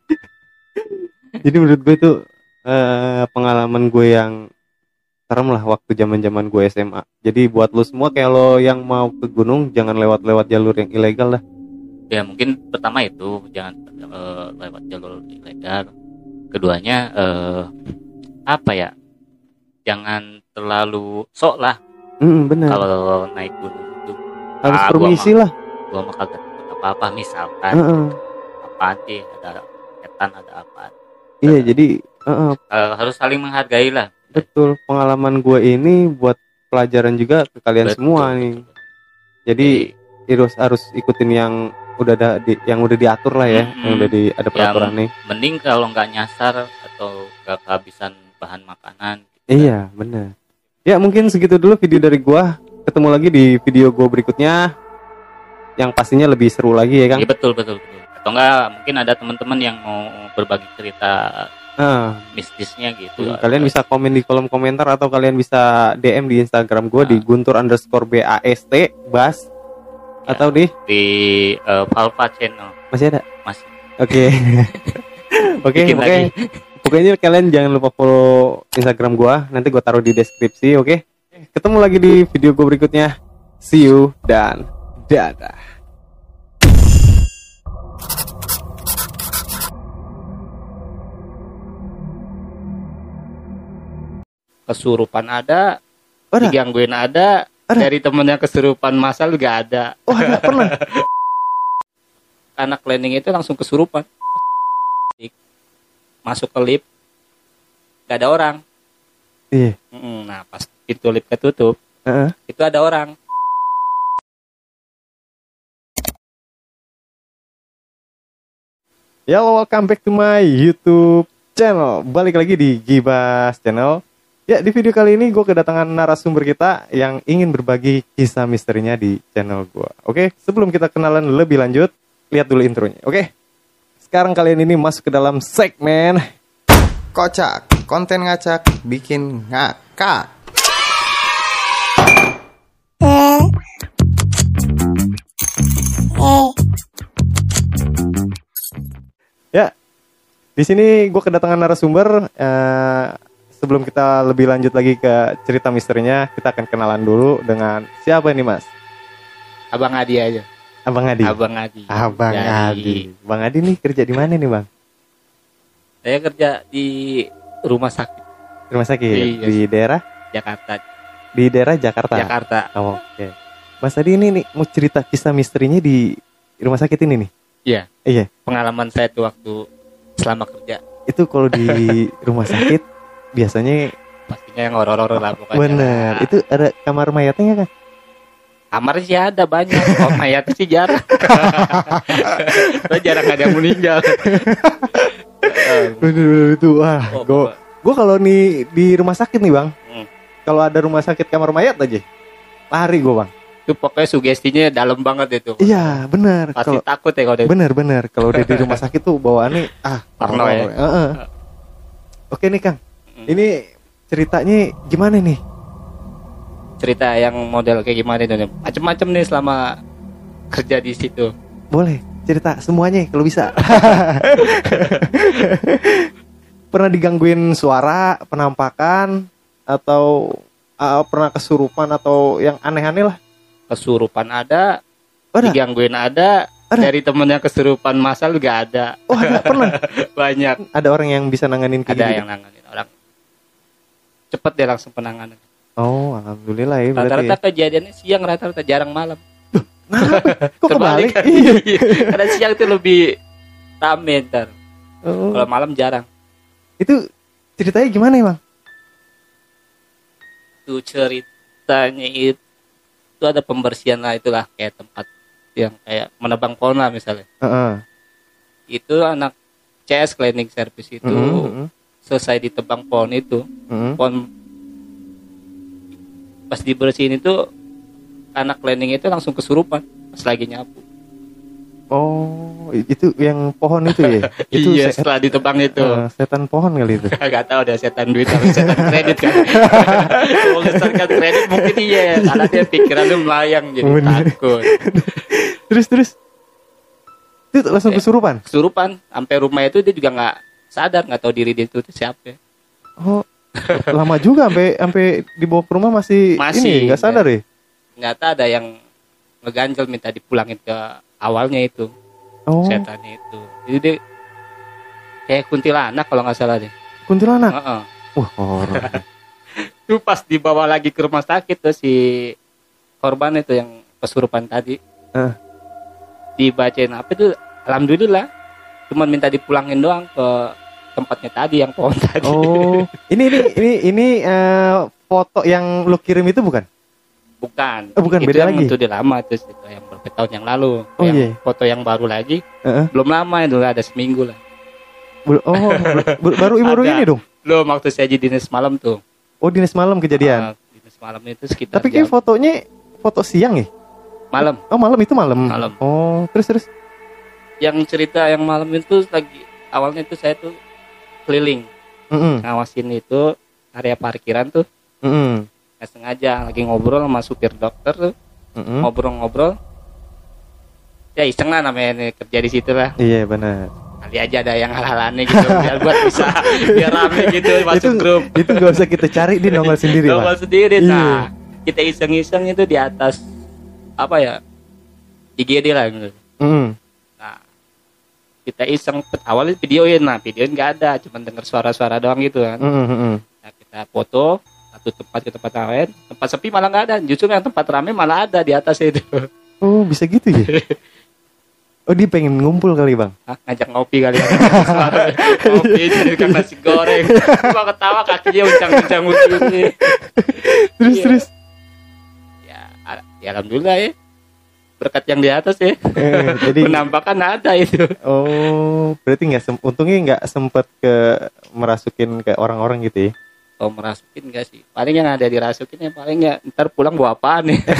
Jadi menurut gue itu pengalaman gue yang serem lah waktu zaman-zaman gue SMA. Jadi buat lo semua kayak lo yang mau ke gunung jangan lewat jalur yang ilegal lah. Ya mungkin pertama itu jangan lewat jalur ilegal. Keduanya apa ya? Jangan terlalu sok lah. Benar. Kalau naik gunung itu harus permisi lah. Gua mah kagak takut apa-apa misalkan. Apaan sih, ada setan, ada apa. Iya, jadi harus saling menghargai lah. Betul, pengalaman gue ini buat pelajaran juga ke kalian semua nih. Jadi harus ikutin yang udah diatur lah ya, yang udah ada peraturan nih. Mending kalau nggak nyasar atau nggak kehabisan bahan makanan. Iya, benar. Ya mungkin segitu dulu video dari gue. Ketemu lagi di video gue berikutnya, yang pastinya lebih seru lagi ya Kang. Iya betul. Atau enggak mungkin ada teman-teman yang mau berbagi cerita mistisnya gitu. Kalian bisa komen di kolom komentar atau kalian bisa DM di Instagram gue di guntur_bast bas ya, atau di Valva channel. Masih ada? Masih. Oke. Oke. Pokoknya kalian jangan lupa follow Instagram gue. Nanti gue taruh di deskripsi. Oke. Ketemu lagi di video gue berikutnya. See you dan dadah. Kesurupan ada, digangguin ada. Dari temennya kesurupan masal juga ada. Oh ada, pernah. Anak landing itu langsung kesurupan. Masuk ke lift, gak ada orang. Iya. Nah pas pintu lift ketutup, itu ada orang. Ya, welcome back to my YouTube channel. Balik lagi di Gibas Channel. Ya, di video kali ini gue kedatangan narasumber kita yang ingin berbagi kisah misterinya di channel gue. Oke, sebelum kita kenalan lebih lanjut, lihat dulu intronya. Oke, sekarang kalian ini masuk ke dalam segmen Kocak, konten ngacak, bikin ngakak. Ya, di sini gue kedatangan narasumber. Sebelum kita lebih lanjut lagi ke cerita misterinya, kita akan kenalan dulu dengan siapa ini Mas? Abang Adi aja. Abang Adi. Abang Adi. Abang Adi. Bang Adi nih kerja di mana nih Bang? Saya kerja di rumah sakit. Rumah sakit Iya. di daerah Jakarta. di daerah Jakarta. Jakarta. Oh, oke. Mas tadi ini nih mau cerita kisah misterinya di rumah sakit ini nih. Iya. Iya. Pengalaman saya tuh waktu selama kerja. Itu kalau di rumah sakit biasanya Pastinya yang horor-horor lah pokoknya. bener. Itu ada kamar mayatnya nggak kan? Kamar sih ada banyak. Oh, mayat sih jarang. Jarang ada yang meninggal. Bener itu. Wah, Oh, gue kalau nih di rumah sakit nih bang, Hmm. kalau ada rumah sakit kamar mayat aja, lari gue bang. Itu pokoknya sugestinya dalam banget itu. Iya bener. Pasti Kalau takut ya kalau udah. bener kalau udah di rumah sakit tuh bawaannya Parno ya. Heeh. Oke nih Kang, ini ceritanya gimana nih? Cerita yang model kayak gimana itu? Macem-macem nih selama kerja di situ. Boleh cerita semuanya kalau bisa. Pernah digangguin suara, penampakan, atau pernah kesurupan atau yang aneh-aneh lah? Kesurupan ada, Ada? digangguin ada. Dari temennya kesurupan masal juga ada. Oh ada, pernah. Banyak. Ada orang yang bisa nanganin kayak Ada gitu? yang nanganin orang. Cepet deh langsung penanganan. Oh alhamdulillah ya berarti. Rata-rata kejadiannya siang, rata-rata jarang malam. Kenapa? Kok kebalik? Iya. Karena siang itu lebih rame ntar. Oh. Kalau malam jarang. Itu ceritanya gimana ya bang? Itu ceritanya itu ada pembersihan lah, itulah kayak tempat yang kayak menebang pohon lah misalnya. Itu anak CS cleaning service itu selesai ditebang pohon itu, pohon pas dibersihin itu anak cleaning itu langsung kesurupan pas lagi nyapu. Oh, itu yang pohon itu ya? Itu Iya, setelah ditebang itu. Setan pohon kali itu. Gak tahu ada setan duit atau setan kredit kan. Kalau setan kredit mungkin iya, karena dia pikirannya melayang jadi Bener. takut. Terus itu langsung kesurupan. Kesurupan sampai rumah itu dia juga nggak sadar, nggak tahu diri dia itu siapa. Oh, lama juga sampai dibawa ke rumah masih ini nggak sadar ya? Ternyata ada yang ngeganjel minta dipulangin ke awalnya itu. Oh, Setan itu. Jadi dia kayak kuntilanak kalau nggak salah deh. kuntilanak. Heeh. Wah, horor. Itu pas dibawa lagi ke rumah sakit tuh si korban itu yang kesurupan tadi. Dibacain apa itu, alhamdulillah cuman minta dipulangin doang ke tempatnya tadi yang pohon tadi. Oh, ini foto yang lu kirim itu bukan? Bukan. Bukan, itu beda yang lagi. itu udah lama tuh, itu yang beberapa tahun yang lalu. Oh, yang iya. foto yang baru lagi belum lama itu, ada seminggu lah. Baru ini dong. Belum, waktu saya jadi dinas malam tuh. Oh, dinas malam kejadian. Dinas malam itu sekitar Tapi kayak fotonya foto siang ya? malam. Oh, malam itu malam. Malam. Oh, terus. Yang cerita yang malam itu lagi awalnya itu saya tuh keliling ngawasin itu area parkiran tuh. Nggak sengaja lagi ngobrol sama supir dokter tuh. Ngobrol-ngobrol. Ya iseng lah namanya nih, kerja di situ lah. Iya, benar. Kali aja ada yang hal-hal aneh gitu biar buat bisa biar rame gitu masuk grup. Itu gak usah kita cari, di nongol sendiri, nongol Pak. sendiri. Iya. Nah, kita iseng-iseng itu di atas apa ya, IGD lah gitu. Nah, kita iseng awalnya videoin, videoin nggak ada, cuma denger suara-suara doang gitu kan. Nah, kita foto satu tempat ke tempat lain, tempat sepi malah nggak ada, justru yang tempat rame malah ada di atas itu. Oh, bisa gitu ya? Oh, dia pengen ngumpul kali, Bang. Ngajak ngopi kali ya. Ngopi jadi nasi goreng. Gua ketawa kakinya uncang-uncang begini. Terus. Ya alhamdulillah ya. Berkat yang di atas ya. Jadi penampakan ada itu. Oh, berarti untungnya nggak sempet merasukin ke orang-orang gitu ya? Oh, merasukin enggak sih? Paling yang ada dirasukin ya paling ya ntar pulang bawa apaan nih.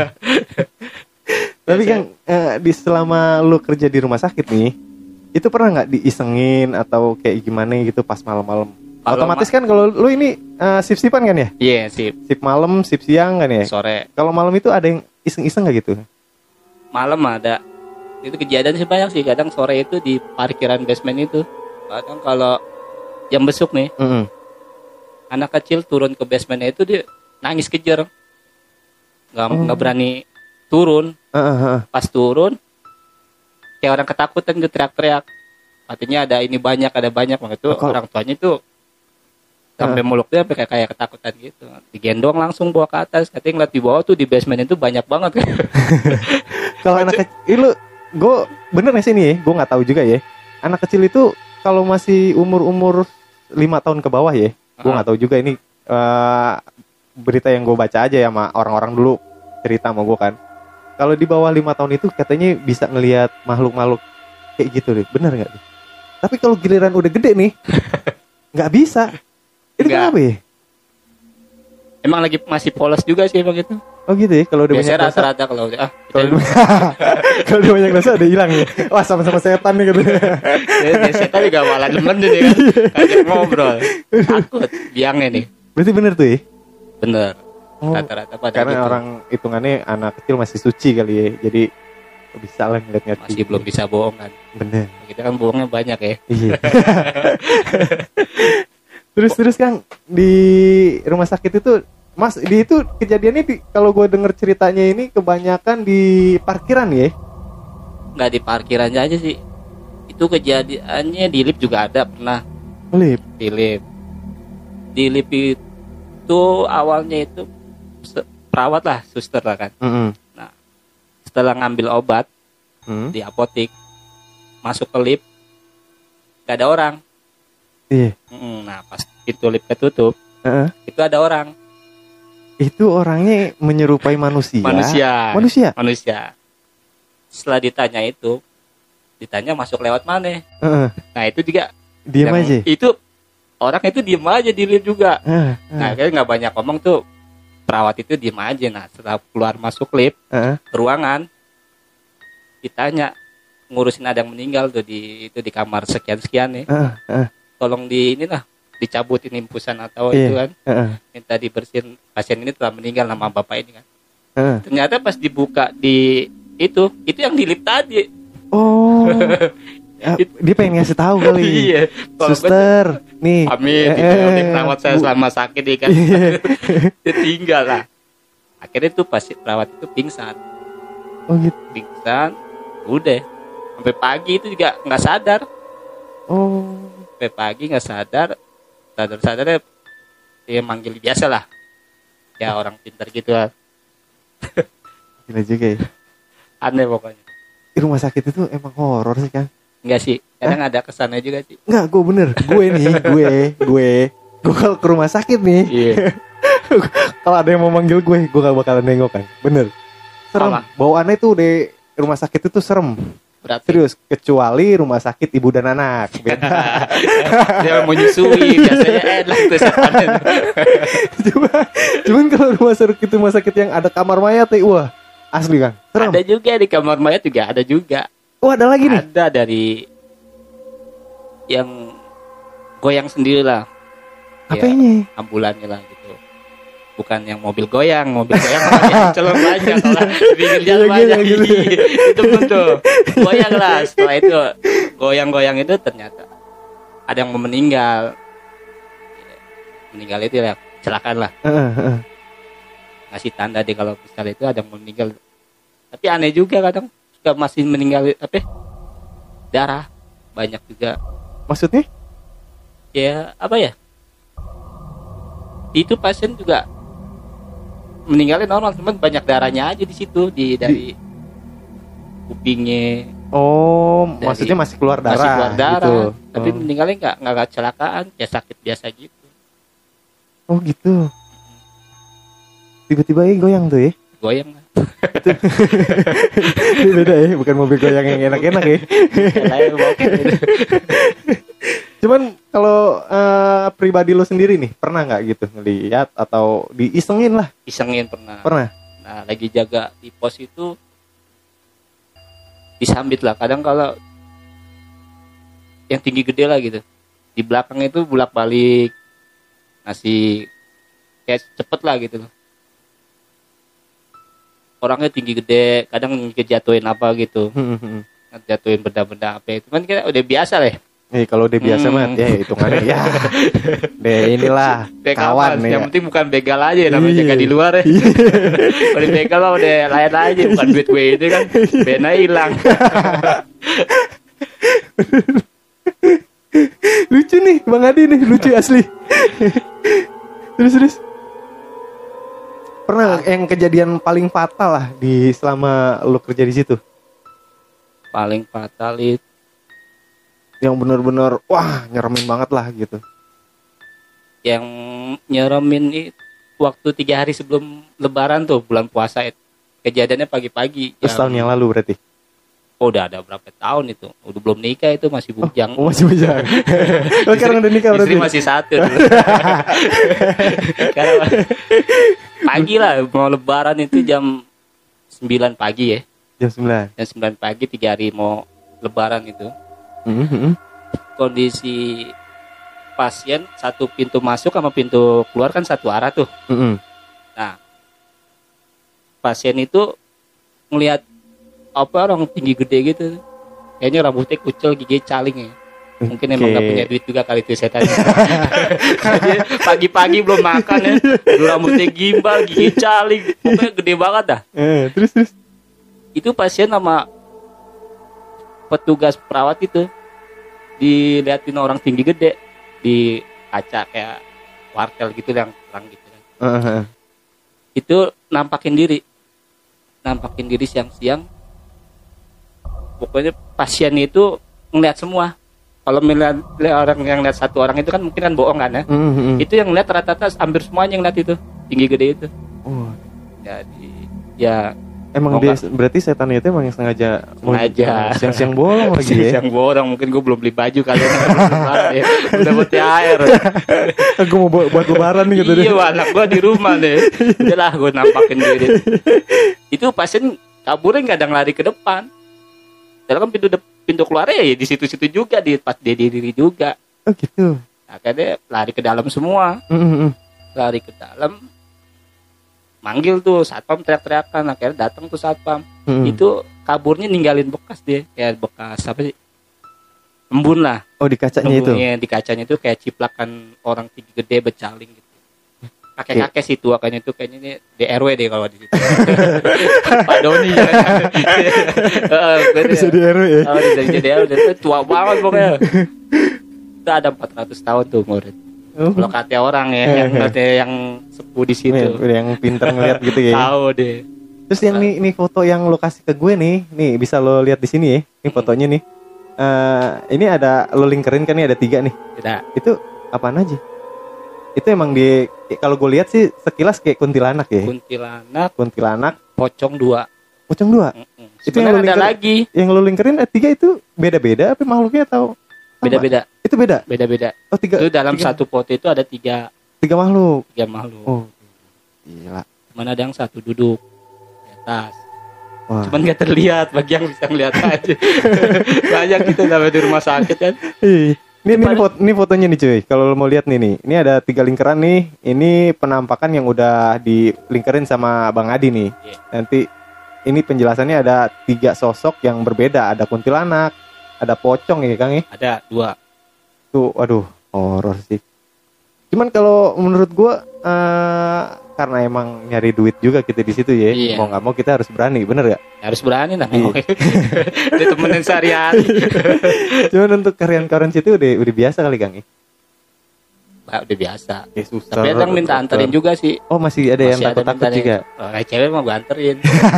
Tapi kan selama lu kerja di rumah sakit nih, itu pernah nggak diisengin atau kayak gimana gitu pas malam-malam? Otomatis kan kalau lu ini shift-shiftan kan ya? Iya, shift. Shift malam, shift siang kan ya? Sore. Kalau malam itu ada yang iseng-iseng nggak gitu? Malam ada. Itu kejadian sih banyak sih. Kadang sore itu di parkiran basement itu. Kadang kalau jam besuk nih, anak kecil turun ke basementnya itu dia nangis kejer. Nggak berani turun. Pas turun kayak orang ketakutan gitu, teriak-teriak. artinya ada ini banyak itu orang tuanya itu sampai mulutnya sampai kayak ketakutan gitu, digendong langsung bawa ke atas, katanya ngeliat di bawah tuh di basement itu banyak banget. Kalau anak kecil, gue bener nggak sih nih? Gue nggak tahu juga ya. Anak kecil itu kalau masih umur 5 tahun ke bawah ya, gue nggak tahu juga ini berita yang gue baca aja ya sama orang-orang dulu cerita sama gue kan. Kalau di bawah 5 tahun itu katanya bisa ngelihat makhluk-makhluk kayak gitu deh, bener nggak? Tapi kalau giliran udah gede nih, nggak bisa. Ini kenapa ya? Emang lagi masih polos juga sih emang itu. Oh gitu ya, kalau udah biasanya banyak dosa. rata-rata kalau udah kalau udah banyak dosa udah hilang ya. Wah, sama-sama setan nih gitu. Setan juga malah demen deh kan. Kayak ngobrol. Takut biangnya nih. Berarti bener tuh ya? Bener. Rata-rata pada karena gitu. Orang hitungannya anak kecil masih suci kali ya. Jadi bisa lah ngeliat-ngeliat masih belum bisa bohong kan. Bener. Kita kan bohongnya banyak ya. Iya. Terus Kang, di rumah sakit itu Mas, di itu kejadiannya kalau gue denger ceritanya ini kebanyakan di parkiran ya? Nggak di parkirannya aja sih. Itu kejadiannya di lift juga ada pernah. Lift? Di lift itu awalnya itu perawat lah, suster lah kan. Nah, setelah ngambil obat di apotek, masuk ke lift, nggak ada orang. Iya. Nah, pas pintu lift ketutup, itu ada orang. Itu orangnya menyerupai manusia. Manusia. Setelah ditanya masuk lewat mana? Nah, itu juga diam aja. Itu orang itu diam aja di lift juga. Nah, kayak nggak banyak ngomong tuh. Perawat itu diam aja. Nah, setelah keluar masuk lift ke ruangan, ditanya ngurusin ada yang meninggal tuh di kamar sekian nih. Tolong dicabutin impusan atau itu kan. Minta dibersihin, pasien ini telah meninggal nama bapak ini kan. Ternyata pas dibuka di itu yang di lift tadi. Oh. Dia pengen ngasih tahu kali. Iya. Suster, nih. Amin. Udah perawat saya selama sakit nih kan. Dia tinggal lah. Akhirnya tuh pas perawat itu pingsan. Oh gitu. Pingsan. Udah. Sampai pagi itu juga nggak sadar. Oh. Sampai pagi nggak sadar. Sadar-sadarnya dia manggil biasa lah. Ya orang pintar gitu lah. Gila juga ya. Aneh pokoknya. Di rumah sakit itu emang horor sih kan? Enggak sih, kadang ada kesannya juga sih. Enggak, gue bener. Gue kalau ke rumah sakit nih. Iya. Kalau ada yang mau manggil gue gak bakalan nengok kan. Bener. Serem. Bawaannya tuh di rumah sakit itu serem. Berarti. Serius, kecuali rumah sakit ibu dan anak. Beda. Dia mau nyusui, biasanya enak tuh setannya. Cuman kalau rumah sakit yang ada kamar mayat wah, asli kan. Serem. Ada juga di kamar mayat juga, ada juga. Oh, ada lagi nih? Ada dari yang goyang sendiri lah. Apanya? Ya, ambulannya lah gitu. Bukan yang mobil goyang celok banyak lah. Bikin jalan banyak gitu. Itu betul. Goyang lah. Setelah itu goyang-goyang itu ternyata ada yang meninggal. Meninggal itu ya kecelakaan lah. Ngasih tanda deh kalau misalnya itu ada yang meninggal. Tapi aneh juga kadang juga masih meninggal darah banyak juga. Maksudnya? Ya apa ya? Itu pasien juga meninggalnya normal, cuman banyak darahnya aja di situ dari kupingnya. Oh, maksudnya masih keluar darah. Masih keluar darah. Gitu. Tapi meninggalnya nggak kecelakaan, ya sakit biasa gitu. Oh gitu. Tiba-tiba goyang tuh ya? Goyang. Beda ya, bukan mobil goyang yang enak-enak ya. Cuman kalau pribadi lo sendiri nih, pernah nggak gitu ngelihat atau diisengin lah? Isengin pernah. Nah, lagi jaga di pos itu disambit lah. Kadang kalau yang tinggi gede lah gitu, di belakang itu bolak-balik ngasih kayak cepet lah gitu. Orangnya tinggi gede, kadang ngejatuhin apa gitu, ngejatuhin benda-benda apa itu kan kita udah biasa lah. Kalau udah biasa mah ya hitungannya ya. Deh inilah kawan nih. Yang penting bukan begal aja namanya jaga di luar ya. Kalau begal mah udah lain aja, bukan duit gue itu kan, bena hilang. Lucu nih Bang Adi nih, lucu asli. Terus pernah yang kejadian paling fatal lah di selama lu kerja di situ? Paling fatal itu yang benar-benar wah nyeremin banget lah gitu. Yang nyeremin itu waktu 3 hari sebelum Lebaran tuh, bulan puasa itu. Kejadiannya pagi-pagi. Tahun yang lalu berarti? Oh, udah ada berapa tahun itu? Udah belum nikah itu, masih bujang. Oh, masih bujang. Sekarang udah nikah berarti? Istri masih 1 dulu. Karena pagi lah, mau Lebaran itu jam 9 pagi ya. Jam 9? Jam 9 pagi, 3 hari mau Lebaran itu. Kondisi pasien satu pintu masuk sama pintu keluar kan satu arah tuh. Nah, pasien itu ngelihat orang tinggi gede gitu, kayaknya rambutnya kucel, gigi caling ya. Mungkin emang gak punya duit juga kali itu setan. Pagi-pagi belum makan ya, rambutnya gimbal, gigi caling, pokoknya gede banget dah. Terus itu pasien sama petugas perawat itu diliatin orang tinggi gede di kaca kayak wartel gitu yang terang gitu kan. Itu nampakin diri siang-siang. Pokoknya pasien itu ngeliat semua. Kalau melihat orang yang lihat satu orang itu kan mungkin kan bohong kan ya. Itu yang lihat rata-rata hampir semuanya yang lihat itu tinggi gede itu. Jadi ya emang dia berarti setan itu emang yang sengaja siang-siang bolong lagi ya. Siang bolong, mungkin gue belum beli baju kali ya. Udah buat THR. Gue mau buat lebaran nih gitu. Iya, anak gue di rumah deh. Udahlah gue nampakin diri. Itu pasien kaburnya nggak ada lari ke depan. Padahal kan pintu keluarnya ya di situ-situ juga, di pas dia diri juga. Oh gitu. Akhirnya lari ke dalam semua. Lari ke dalam, manggil tuh satpam, teriak-teriakan. Akhirnya datang tuh satpam. Itu kaburnya ninggalin bekas dia, kayak bekas apa sih? Embun lah. Oh, di kacanya itu. Di kacanya itu kayak ciplakan orang tinggi gede becaling gitu. Kakek-kakek sih tua kayaknya itu, kayaknya ini DRW deh kalau di situ. Pak Doni ya. Bisa di RW ya. Oh, bisa jadi RW, tua banget pokoknya. Itu ada 400 tahun tuh murid. Kalau kata orang ya, yang sepuh di situ. Yang pintar ngeliat gitu ya. Tahu deh. Terus yang nih foto yang lo kasih ke gue nih bisa lo lihat di sini ya. Ini fotonya nih. Ini ada lo linkerin kan nih, ada 3 nih. Tidak. Itu apaan aja? Itu emang kalau gue lihat sih sekilas kayak kuntilanak ya. Kuntilanak. Pocong 2. Itu yang ada lagi. Yang lo linkerin 3 itu beda-beda apa makhluknya atau? Beda-beda. Itu beda. Oh, 3. Itu dalam 1 foto itu ada 3 makhluk. 3 makhluk. Oh, gila. Cuman ada yang satu duduk di atas. Wah. Cuman gak terlihat, bagi yang bisa ngeliat aja. Banyak kita sampai di rumah sakit kan. Ini fotonya nih cuy. Kalau lo mau lihat nih. Ini ada 3 lingkaran nih. Ini penampakan yang udah dilingkarin sama Bang Adi nih. Nanti ini penjelasannya ada 3 sosok yang berbeda. Ada kuntilanak, ada pocong ya Kang ya? Ada 2. Tuh, waduh, horor sih. Cuman kalau menurut gua karena emang nyari duit juga kita di situ ya. Iya. Mau nggak mau kita harus berani, bener gak? Harus berani lah. Udah temenin sehari-hari. Cuman untuk karyawan-karyawan situ udah biasa kali Kang ya? Udah biasa. Tapi ada yang minta anterin juga sih. Oh, masih ada yang takut-takut juga. Kayak cewek mau gue anterin.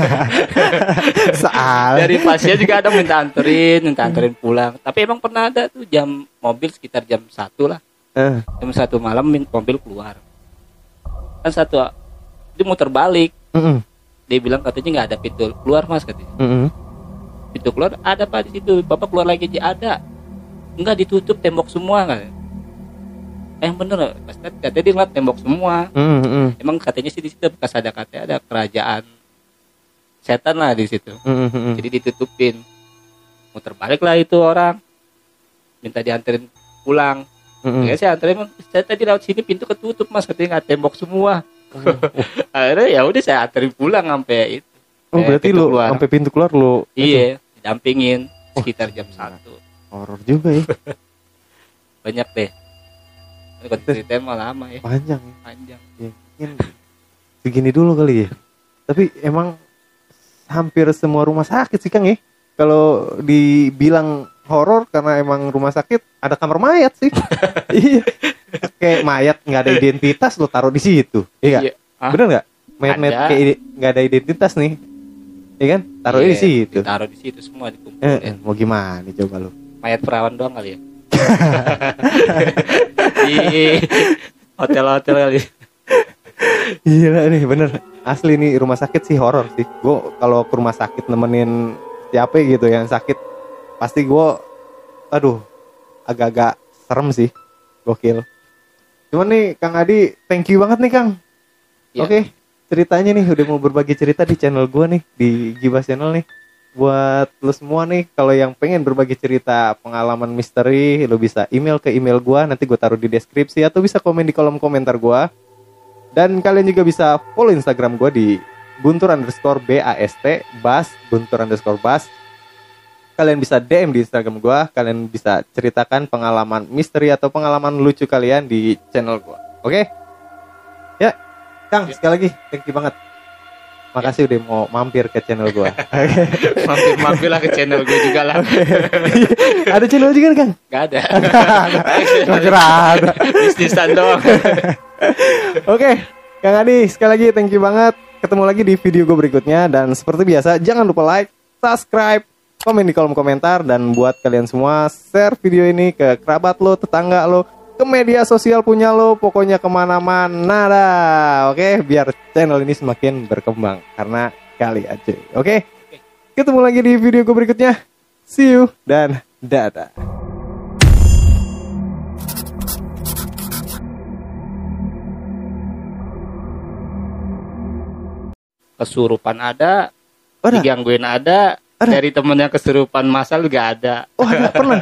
Dari pasien juga ada minta anterin pulang. Tapi emang pernah ada tuh jam mobil sekitar jam 1 lah. Jam 1 malam mobil keluar. Kan dia muter balik. Dia bilang katanya nggak ada pintu keluar mas katanya. Pintu keluar ada Pak di situ. Bapak keluar lagi aja ada. Enggak, ditutup tembok semua kan. Yang bener, katanya dia ngeliat tembok semua. Emang katanya sih di situ bekas katanya ada kerajaan setan lah di situ. Jadi ditutupin. Muter balik lah itu orang. Minta dianterin pulang. Ya saya anterin, saya tadi lewat sini pintu ketutup mas, katanya nggak tembok semua. Akhirnya ya udah saya anterin pulang sampai itu. Oh berarti lu sampai pintu keluar lu? Iya, didampingin sekitar jam 1. Horor juga ya. Banyak deh. Ini ceritanya mah lama ya. Panjang. Ya, mungkin segini dulu kali ya. Tapi emang hampir semua rumah sakit sih Kang ya. Kalau dibilang horor karena emang rumah sakit ada kamar mayat sih. Iya. Kayak mayat nggak ada identitas lo taruh di situ. Iya. Bener nggak? Mayat-mayat kayak nggak ada identitas nih. Iya kan? Taruhnya di situ. Taruh di situ semua dikumpulin. Mau gimana coba lo? Mayat perawan doang kali ya. Di hotel-hotel kali. Gila nih bener. Asli nih rumah sakit sih horor sih. Gue kalau ke rumah sakit nemenin siapa gitu yang sakit, pasti gue agak-agak serem sih. Gokil. Cuman nih Kang Adi, thank you banget nih Kang. Ya. Oke, ceritanya nih udah mau berbagi cerita di channel gue nih, di Gibas Channel nih. Buat lo semua nih, kalau yang pengen berbagi cerita pengalaman misteri, lo bisa email ke email gue, nanti gue taruh di deskripsi, atau bisa komen di kolom komentar gue. Dan kalian juga bisa follow Instagram gue di guntur_bast, bas, guntur_bas. Kalian bisa DM di Instagram gue, kalian bisa ceritakan pengalaman misteri atau pengalaman lucu kalian di channel gue. Oke? Ya, Kang, sekali lagi, thank you banget. Makasih udah mau mampir ke channel gue. Mampir lah ke channel gue juga lah. Ada channel juga kan, Kang? Gak ada. Ada. Bisnisan doang. Oke, Kang Adi, sekali lagi thank you banget. Ketemu lagi di video gue berikutnya. Dan seperti biasa, jangan lupa like, subscribe, komen di kolom komentar. Dan buat kalian semua, share video ini ke kerabat lo, tetangga lo, ke media sosial punya lo, pokoknya kemana-mana dah. Oke, biar channel ini semakin berkembang karena kali aja. Oke, ketemu lagi di video gue berikutnya. See you dan dadah. Kesurupan ada. Digangguin ada. Dari temen yang kesurupan masal juga ada. Oh, ada, pernah.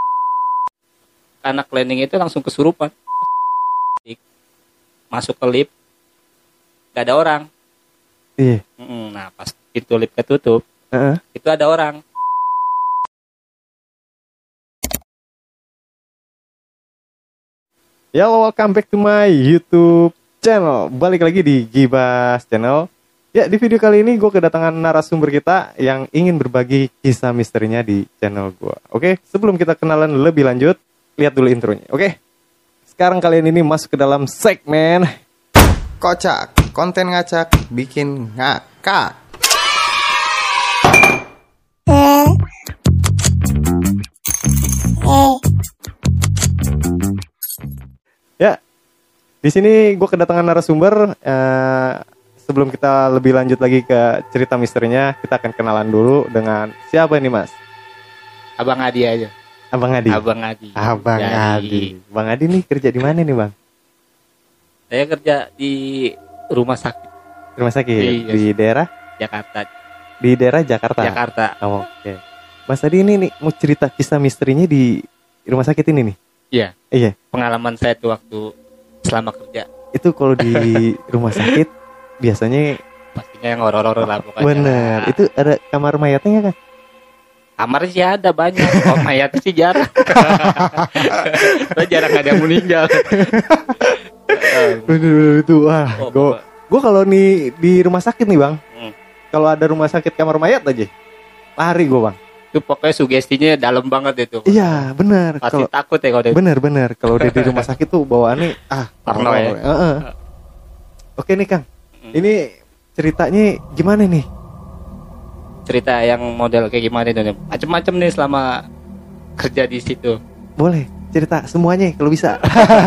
Anak cleaning itu langsung kesurupan. Masuk ke lift, gak ada orang. Iya. Nah, pas pintu lift ketutup, itu ada orang. Ya, welcome back to my YouTube channel. Balik lagi di Gibas Channel. Ya, di video kali ini gue kedatangan narasumber kita yang ingin berbagi kisah misterinya di channel gue. Oke, sebelum kita kenalan lebih lanjut, lihat dulu intronya. Oke, sekarang kalian ini masuk ke dalam segmen Kocak, konten ngacak, bikin ngakak. Ya, di sini gue kedatangan narasumber. Sebelum kita lebih lanjut lagi ke cerita misterinya, kita akan kenalan dulu dengan siapa ini, Mas? Abang Adi aja. Abang Adi. Abang Adi. Abang Adi. Bang Adi nih kerja di mana nih, Bang? Saya kerja di rumah sakit. Rumah sakit? Iya. Di daerah? Jakarta. Di daerah Jakarta? Jakarta. Oh, oke. Mas Adi ini nih mau cerita kisah misterinya di rumah sakit ini nih? Iya. Iya. Pengalaman saya tuh waktu selama kerja. Itu kalau di rumah sakit biasanya pastinya yang horor-horor lah pokoknya. Bener. Itu ada kamar mayatnya nggak, Kang? Kamar sih ada banyak. Oh, mayat sih jarang. Jarang ada yang meninggal. Bener itu. Wah, gue kalau nih di rumah sakit nih, Bang. Kalau ada rumah sakit kamar mayat aja, lari gue, Bang. Itu pokoknya sugestinya dalam banget itu. Iya, benar. Pasti kalo, takut ya kalau bener. Kalau udah di rumah sakit tuh bawaannya parno ya. Oke nih, Kang. Ini ceritanya gimana nih? Cerita yang model kayak gimana itu? Macem-macem nih selama kerja di situ. Boleh cerita semuanya kalau bisa.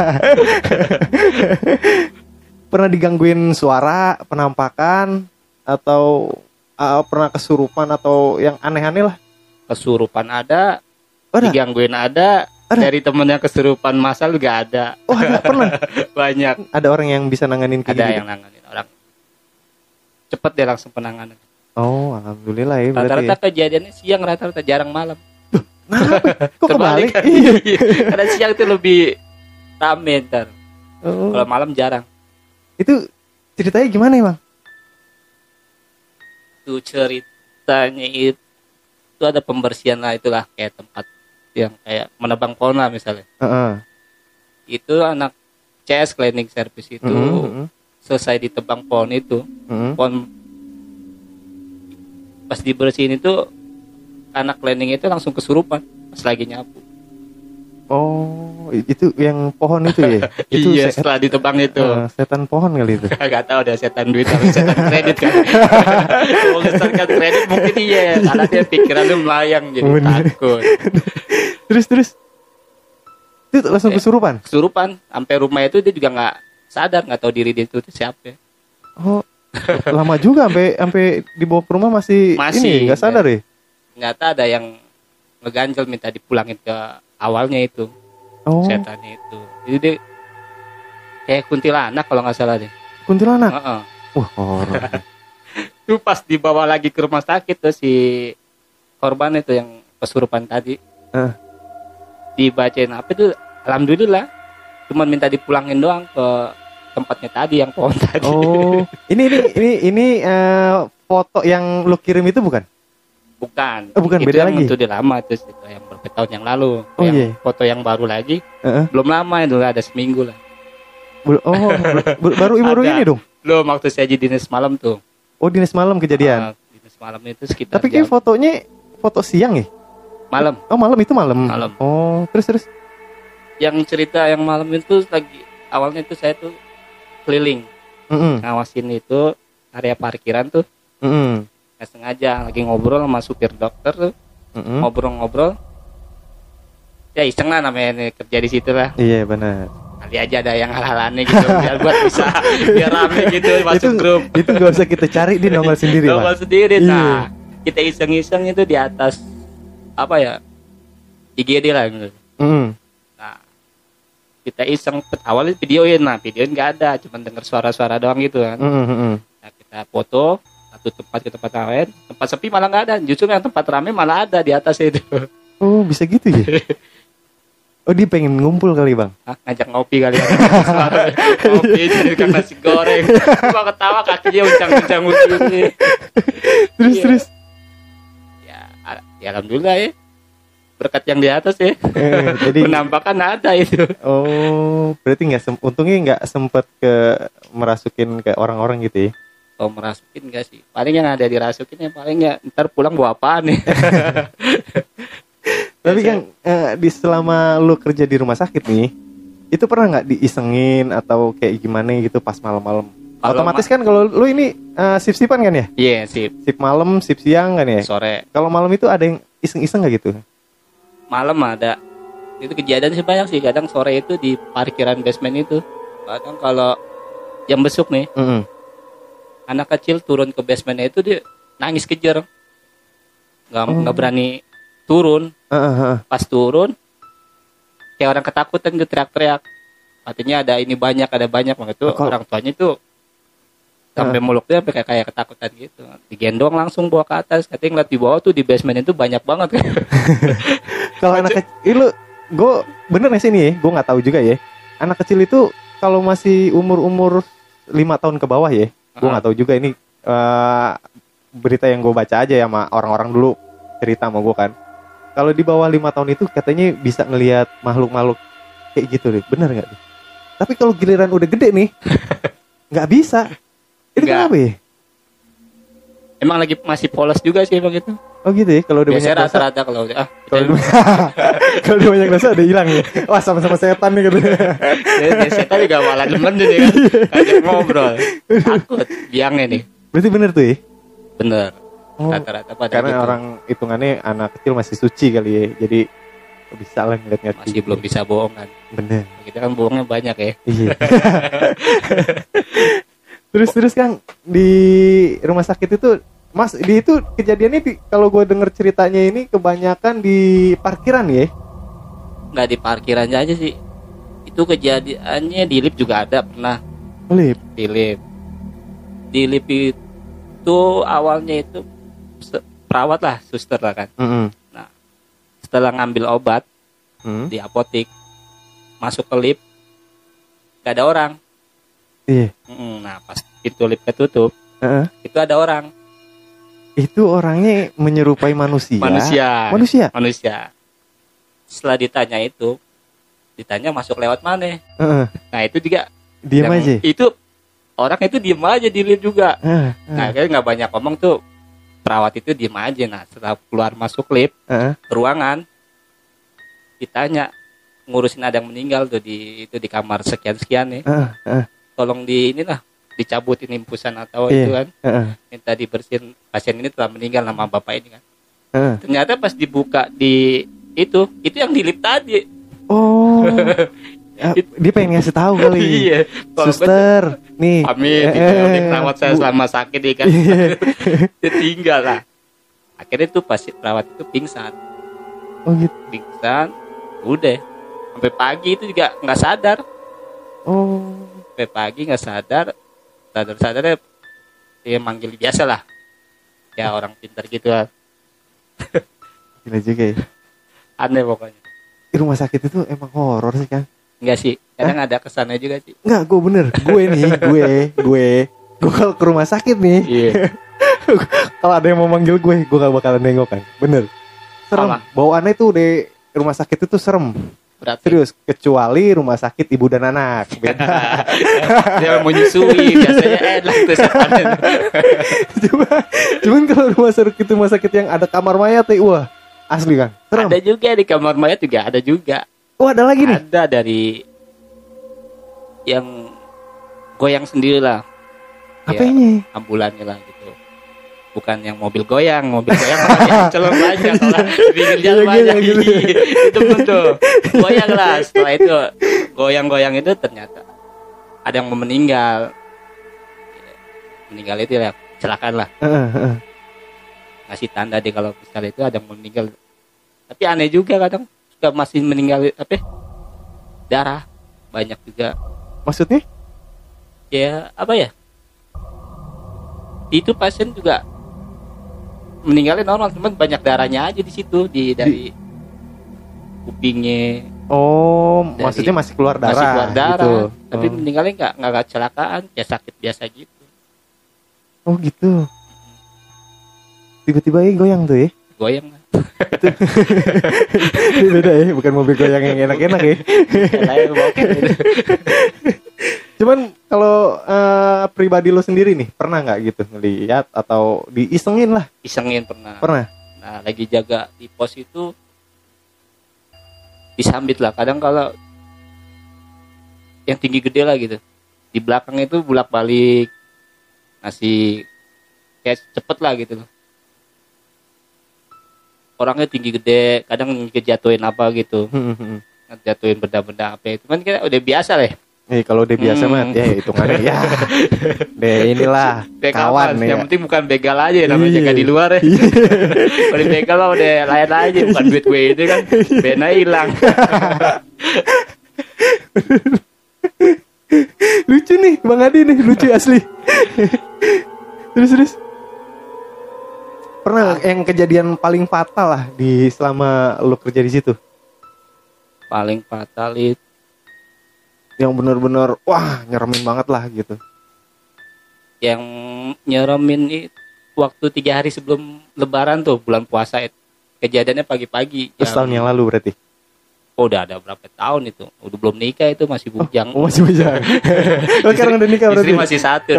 Pernah digangguin suara, penampakan, atau pernah kesurupan atau yang aneh-aneh lah? Kesurupan ada. Digangguin ada. Dari temen yang kesurupan masal juga ada. Oh, ada, pernah? Banyak. Ada orang yang bisa nanganin kayak Ada yang nanganin orang. Cepet dia langsung penanganan. Oh, alhamdulillah ya. Rata-rata kejadiannya siang, rata-rata jarang malam. Nah, kok kebalik? Kan? Karena siang itu lebih rame ntar. Kalau malam jarang. Itu ceritanya gimana ya, Bang? Itu ceritanya itu ada pembersihan lah, itulah kayak tempat yang kayak menebang pohon lah misalnya. Itu anak CS cleaning service itu selesai ditebang pohon itu, pohon pas dibersihin itu anak cleaning itu langsung kesurupan. pas lagi nyapu. Oh, itu yang pohon itu ya? Itu Iya, setelah ditebang itu. Setan pohon kali itu. Gak tahu ada setan duit atau setan kredit kan. Kalau setan kredit mungkin iya, karena dia pikiran lu melayang jadi takut. Terus itu langsung kesurupan. Kesurupan sampai rumah itu dia juga nggak sadar, nggak tahu diri dia itu siapa. Oh, lama juga sampai dibawa ke rumah masih ini nggak sadar ya? Ternyata ada yang ngeganjel minta dipulangin ke awalnya itu. Setan itu. Jadi dia kayak kuntilanak kalau nggak salah deh. Kuntilanak? Wah, horor. Itu pas dibawa lagi ke rumah sakit tuh si korban itu yang kesurupan tadi. Dibacain apa itu, alhamdulillah. Cuman minta dipulangin doang ke tempatnya tadi yang pohon tadi. Oh, ini foto yang lu kirim itu bukan? Bukan. Bukan, itu beda yang lagi. Itu udah lama terus itu yang beberapa tahun yang lalu. Oh, yang iya. Foto yang baru lagi. Belum lama itu, ada seminggu lah. Baru ini dong. Belum, waktu saya di dinas malam tuh. Oh, dinas malam kejadian. Dinas malam itu sekitar Tapi kayak fotonya foto siang ya? Malam. Oh, malam itu malam. Malam. Oh, terus. Yang cerita yang malam itu lagi awalnya itu saya tuh keliling. Ngawasin itu area parkiran tuh. Nggak sengaja lagi ngobrol sama supir dokter tuh. Ngobrol-ngobrol. Ya iseng lah namanya kerja di situ lah. Iya, benar. Kali aja ada yang hal-halannya gitu biar buat bisa biar rame gitu masuk grup. Itu gak usah kita cari, dia nongol sendiri lah. Nongol sendiri. Iya. Nah, kita iseng-iseng itu di atas apa ya? IGD lah gitu. Nah, kita iseng awalnya videoin nggak ada, cuma dengar suara-suara doang gitu kan. Nah, kita foto satu tempat ke tempat lain, tempat sepi malah nggak ada, justru yang tempat ramai malah ada di atas itu. Oh, bisa gitu ya? Oh, dia pengen ngumpul kali, Bang? Ngajak ngopi kali ya. Ngopi jadi kan nasi goreng. Gua ketawa kakinya uncang-uncang begini. Terus. Ya alhamdulillah ya. Berkat yang di atas ya. Jadi penampakan ada itu. Oh, berarti untungnya nggak sempet merasukin ke orang-orang gitu ya? Oh, merasukin nggak sih? Paling yang ada dirasukin ya paling ya ntar pulang bawa apaan nih. Tapi kan selama lu kerja di rumah sakit nih, itu pernah nggak diisengin atau kayak gimana gitu pas malam-malam? Otomatis kan kalau lu ini sip-sipan kan ya? Iya, sip. Sip malam, sip siang kan ya? Sore. Kalau malam itu ada yang iseng-iseng nggak gitu? Malam ada. Itu kejadian sih banyak sih. Kadang sore itu di parkiran basement itu. Kadang kalau jam besuk nih, anak kecil turun ke basementnya itu dia nangis kejer. Nggak berani turun. Pas turun, kayak orang ketakutan gitu, teriak-teriak. Artinya ada banyak banget tuh. Orang tuanya itu sampai mulutnya sampai kayak ketakutan gitu. Digendong langsung bawa ke atas. Katanya ngeliat di bawah tuh di basement itu banyak banget. Kalau anak kecil, gue bener nggak sih nih? Gue nggak tahu juga ya. Anak kecil itu kalau masih umur 5 tahun ke bawah ya, gue nggak tahu juga ini berita yang gue baca aja ya sama orang-orang dulu cerita sama gue kan. Kalau di bawah 5 tahun itu katanya bisa ngelihat makhluk-makhluk kayak gitu deh, bener nggak? Tapi kalau giliran udah gede nih, nggak bisa. Itu kenapa ya? Emang lagi masih polos juga sih emang itu. Oh gitu ya, kalau udah biasanya banyak dosa. Rata-rata kalau udah kalau udah banyak dosa udah hilang ya. Wah, sama-sama setan nih katanya. Setan juga malah demen nih kan. Ajak ngobrol. Takut biangnya nih. Berarti bener tuh ya? Bener. Rata-rata pada karena gitu. Orang hitungannya anak kecil masih suci kali ya. Jadi bisa lah ngeliat-ngeliat. Masih belum bisa bohong kan. Bener. Kita kan bohongnya banyak ya. Iya. Terus kan di rumah sakit itu Mas, itu kejadiannya kalau gue denger ceritanya ini kebanyakan di parkiran ya? Nggak di parkiran aja sih. Itu kejadiannya di lift juga ada pernah. Lift? Di lift. Di lift itu awalnya itu perawat lah, suster lah kan. Nah, setelah ngambil obat di apotik, masuk ke lift, nggak ada orang. Iya. Nah, pas pintu lift ketutup, itu ada orang. Itu orangnya menyerupai manusia. Manusia. Setelah ditanya masuk lewat mana? Nah itu juga diam aja. Itu orang itu diam aja di lift juga. Nah kayak nggak banyak ngomong tuh, perawat itu diam aja. Nah setelah keluar masuk lift ke ruangan, ditanya ngurusin ada yang meninggal tuh di kamar sekian nih. Tolong dicabutin impusan atau itu kan. Minta dibersihin, pasien ini telah meninggal nama bapak ini kan. Ternyata pas dibuka di itu yang di lift tadi. Oh. Dia pengen ngasih tahu kali. Iya. Suster, nih. Amin. Perawat saya selama sakit nih kan. Ditinggal lah. Akhirnya tuh perawat itu pingsan. Oh gitu. Pingsan. Udah. Sampai pagi itu juga nggak sadar. Oh. Sampai pagi nggak sadar. Sadarnya dia manggil biasa lah. Ya orang pintar gitu lah. Gila juga ya. Aneh pokoknya. Di rumah sakit itu emang horor sih kan? Enggak sih, kadang ada kesannya juga sih. Enggak, gue bener. Gue kalau ke rumah sakit nih. Iya. Kalau ada yang mau manggil gue gak bakalan nengok kan. Bener. Serem. Bawaannya tuh di rumah sakit itu serem. Berarti. Serius, kecuali rumah sakit ibu dan anak. Beda. Dia mau nyusui, biasanya enak tuh setannya. Cuman kalau rumah sakit yang ada kamar mayat ya, wah asli kan. Serem. Ada juga di kamar mayat juga, ada juga. Oh ada lagi nih? Ada dari yang goyang sendiri lah. Apanya? Ya, ambulannya lah gitu. Bukan yang mobil goyang celok banyak lah. Pinggir jalan banyak. Itu betul. Goyang lah. Setelah itu goyang-goyang itu ternyata ada yang meninggal. Meninggal itu ya kecelakaan lah. Ngasih tanda deh kalau misalnya itu ada yang meninggal. Tapi aneh juga kadang masih meninggal darah banyak juga. Maksudnya? Ya apa ya? Itu pasien juga meninggalnya normal, cuman banyak darahnya aja di situ dari kupingnya. Oh, maksudnya masih keluar darah. Masih keluar darah. Gitu. Tapi meninggalnya nggak kecelakaan, ya sakit biasa gitu. Oh gitu. Tiba-tiba goyang tuh ya? Goyang lah. Beda ya, bukan mobil goyang yang enak-enak ya. Cuman kalau pribadi lo sendiri nih, pernah nggak gitu ngeliat atau diisengin lah? Isengin pernah. Pernah. Nah, lagi jaga di pos itu disambit lah. Kadang kalau yang tinggi gede lah gitu, di belakang itu bolak-balik ngasih kayak cepet lah gitu loh. Orangnya tinggi gede, kadang ngejatuhin apa gitu, ngejatuhin benda-benda apa itu, kan kita udah biasa lah. Kalau udah biasa mah ya hitungannya ya. Deh inilah kawan nih. Yang penting bukan begal aja namanya jaga di luar ya. Udah begal mah udah layan aja, bukan duit gue itu kan bena hilang. Lucu nih Bang Adi nih, lucu asli. Terus pernah yang kejadian paling fatal lah di selama lu kerja di situ? Paling fatal itu yang benar-benar wah nyeremin banget lah gitu. Yang nyeremin itu waktu 3 hari sebelum Lebaran tuh, bulan puasa itu. Kejadiannya pagi-pagi. Terus tahun yang lalu berarti? Oh udah ada berapa tahun itu? Udah belum nikah itu, masih bujang. Oh masih bujang. Sekarang udah nikah berarti? Istri masih 1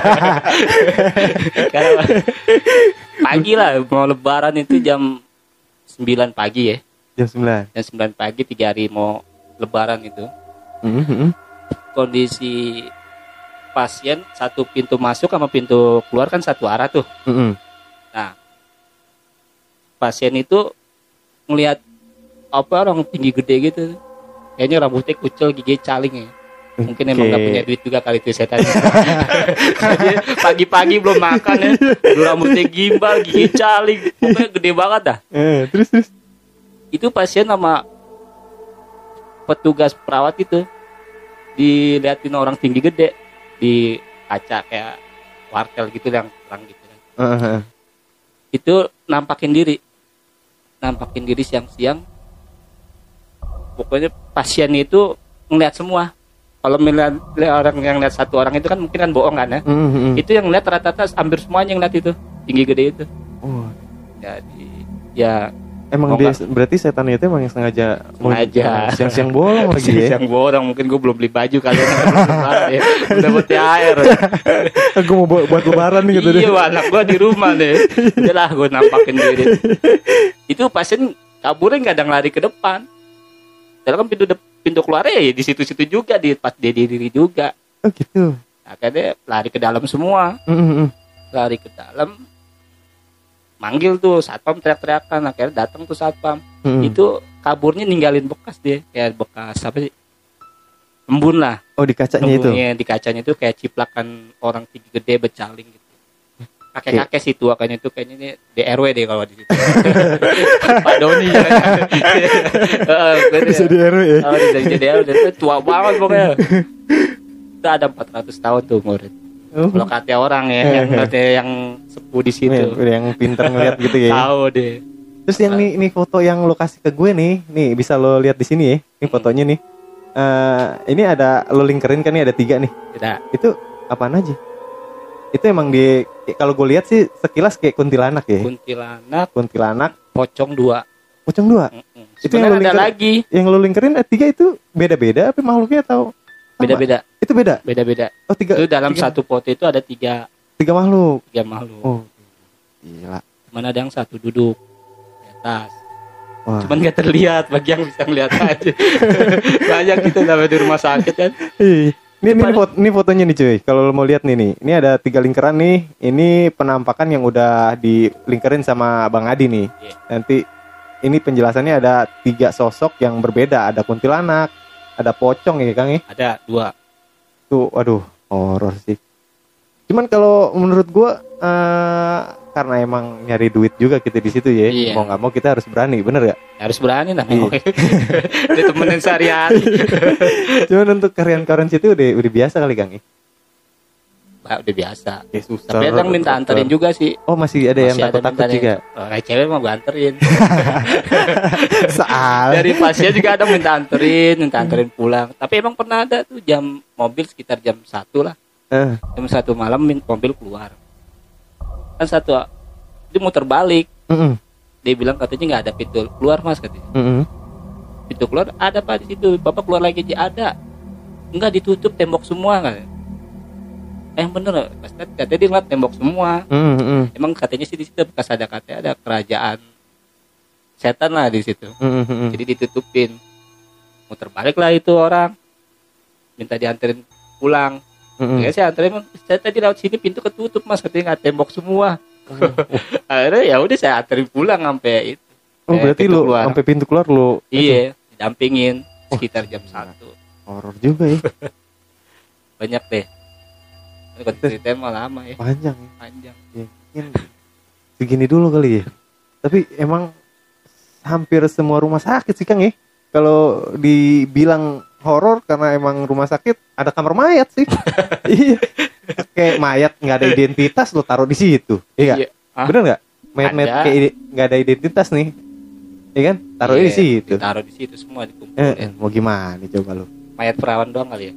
Karena pagi lah, mau Lebaran itu jam 9 pagi ya. Jam 9? Jam 9 pagi 3 hari mau Lebaran itu. Kondisi pasien satu pintu masuk sama pintu keluar kan satu arah tuh. Nah, pasien itu ngelihat orang tinggi gede gitu, kayaknya rambutnya kucel, gigi caling ya. Mungkin emang gak punya duit juga kali itu setan. Jadi pagi-pagi belum makan ya, rambutnya gimbal, gigi caling, pokoknya gede banget dah. Terus itu pasien sama petugas perawat itu diliatin orang tinggi gede di kaca kayak wartel gitu yang terang gitu kan. Itu nampakin diri siang-siang. Pokoknya pasien itu ngeliat semua. Kalau melihat orang yang lihat satu orang itu kan mungkin kan bohong kan ya. Itu yang lihat rata-rata hampir semuanya yang lihat itu tinggi gede itu. Jadi ya emang dia berarti setan itu emang yang sengaja siang-siang bolong lagi ya. Siang bolong, mungkin gue belum beli baju kalian ya. Udah buat THR. Gue mau buat lebaran nih gitu deh. Iya, anak gue di rumah deh. Udahlah gue nampakin diri. Itu pasien kaburnya kadang lari ke depan. Dalam kan pintu keluarnya ya di situ-situ juga, di pas dia diri juga. Oh gitu. Akhirnya lari ke dalam semua. Lari ke dalam, manggil tuh satpam, teriak-teriakan. Akhirnya datang tuh satpam. Itu kaburnya ninggalin bekas dia, kayak bekas apa sih, embun lah. Oh di kacanya itu. Di kacanya itu kayak ciplakan orang tinggi gede becaling gitu. Kakek-kakek sih tua kayaknya itu, kayaknya ini DRW deh kalau di situ. Pak Doni ya. Bisa di RW ya. Oh, bisa di RW, itu tua banget pokoknya. Itu ada 400 tahun tuh murid. Kalau kata orang ya, yang sepuh di situ. Yang pintar ngeliat gitu ya. Tahu deh. Terus yang nih foto yang lo kasih ke gue nih bisa lo lihat di sini ya. Ini fotonya nih. Ini ada lo linkerin kan, nih ada 3 nih. Tidak. Itu apaan aja? Itu emang kalau gue lihat sih sekilas kayak kuntilanak ya. Kuntilanak. Pocong 2. Pocong 2. Itu yang ada lagi. Yang lo linkerin 3 itu beda-beda apa makhluknya atau sama? Beda-beda. Itu beda. Beda-beda. Oh 3. Itu dalam 3. Satu foto itu ada 3 makhluk. 3 makhluk. Oh. Gila. Mana ada yang satu duduk di atas. Wah. Cuman gak terlihat, bagi yang bisa ngeliat aja. Banyak gitu sampai di rumah sakit kan. Ini fotonya nih cuy. Kalau lo mau lihat nih. Ini ada 3 lingkaran nih. Ini penampakan yang udah dilingkarin sama Bang Adi nih. Yeah. Nanti ini penjelasannya ada 3 sosok yang berbeda. Ada kuntilanak, ada pocong ya Kang ya? Ada 2. Tuh, waduh, horor sih. Cuman kalau menurut gua karena emang nyari duit juga kita di situ ya. Iya. Mau nggak mau kita harus berani, bener gak? Harus berani lah. Ditemenin sehari-hari. Cuman untuk karyan-karyan situ udah biasa kali Kang. Udah biasa. Susah. Tapi kadang minta anterin juga sih. Oh masih ada yang takut-takut juga. Kayak cewek mau anterin. Soal. Dari pasien juga ada minta anterin pulang. Tapi emang pernah ada tuh jam mobil sekitar jam 1 lah. Jam 1 malam mobil keluar. Kan dia muter balik. Dia bilang katanya nggak ada pintu keluar mas katanya. Pintu keluar ada pak di situ, bapak keluar lagi aja ada. Enggak, ditutup tembok semua kan. Yang bener, katanya dia ngeliat tembok semua. Emang katanya sih di situ bekas katanya ada kerajaan setan lah di situ. Jadi ditutupin. Muter balik lah itu orang, minta dianterin pulang. Ya saya anterin, saya tadi lewat sini pintu ketutup mas, katanya nggak tembok semua. Akhirnya ya udah saya anterin pulang sampai itu. Oh berarti lu sampai pintu keluar lu? Iya, didampingin sekitar jam 1. Horor juga ya. Banyak deh. Ini kalau ceritain mah lama ya. Panjang. Ya, segini dulu kali ya. Tapi emang hampir semua rumah sakit sih Kang ya. Kalau dibilang horor karena emang rumah sakit ada kamar mayat sih. Iya. Kayak mayat nggak ada identitas lo taruh di situ. Iya. Bener nggak? Mayat-mayat kayak nggak ada identitas nih. Iya kan? Taruh di situ. Taruh di situ semua dikumpulin. Mau gimana coba lo? Mayat perawan doang kali ya.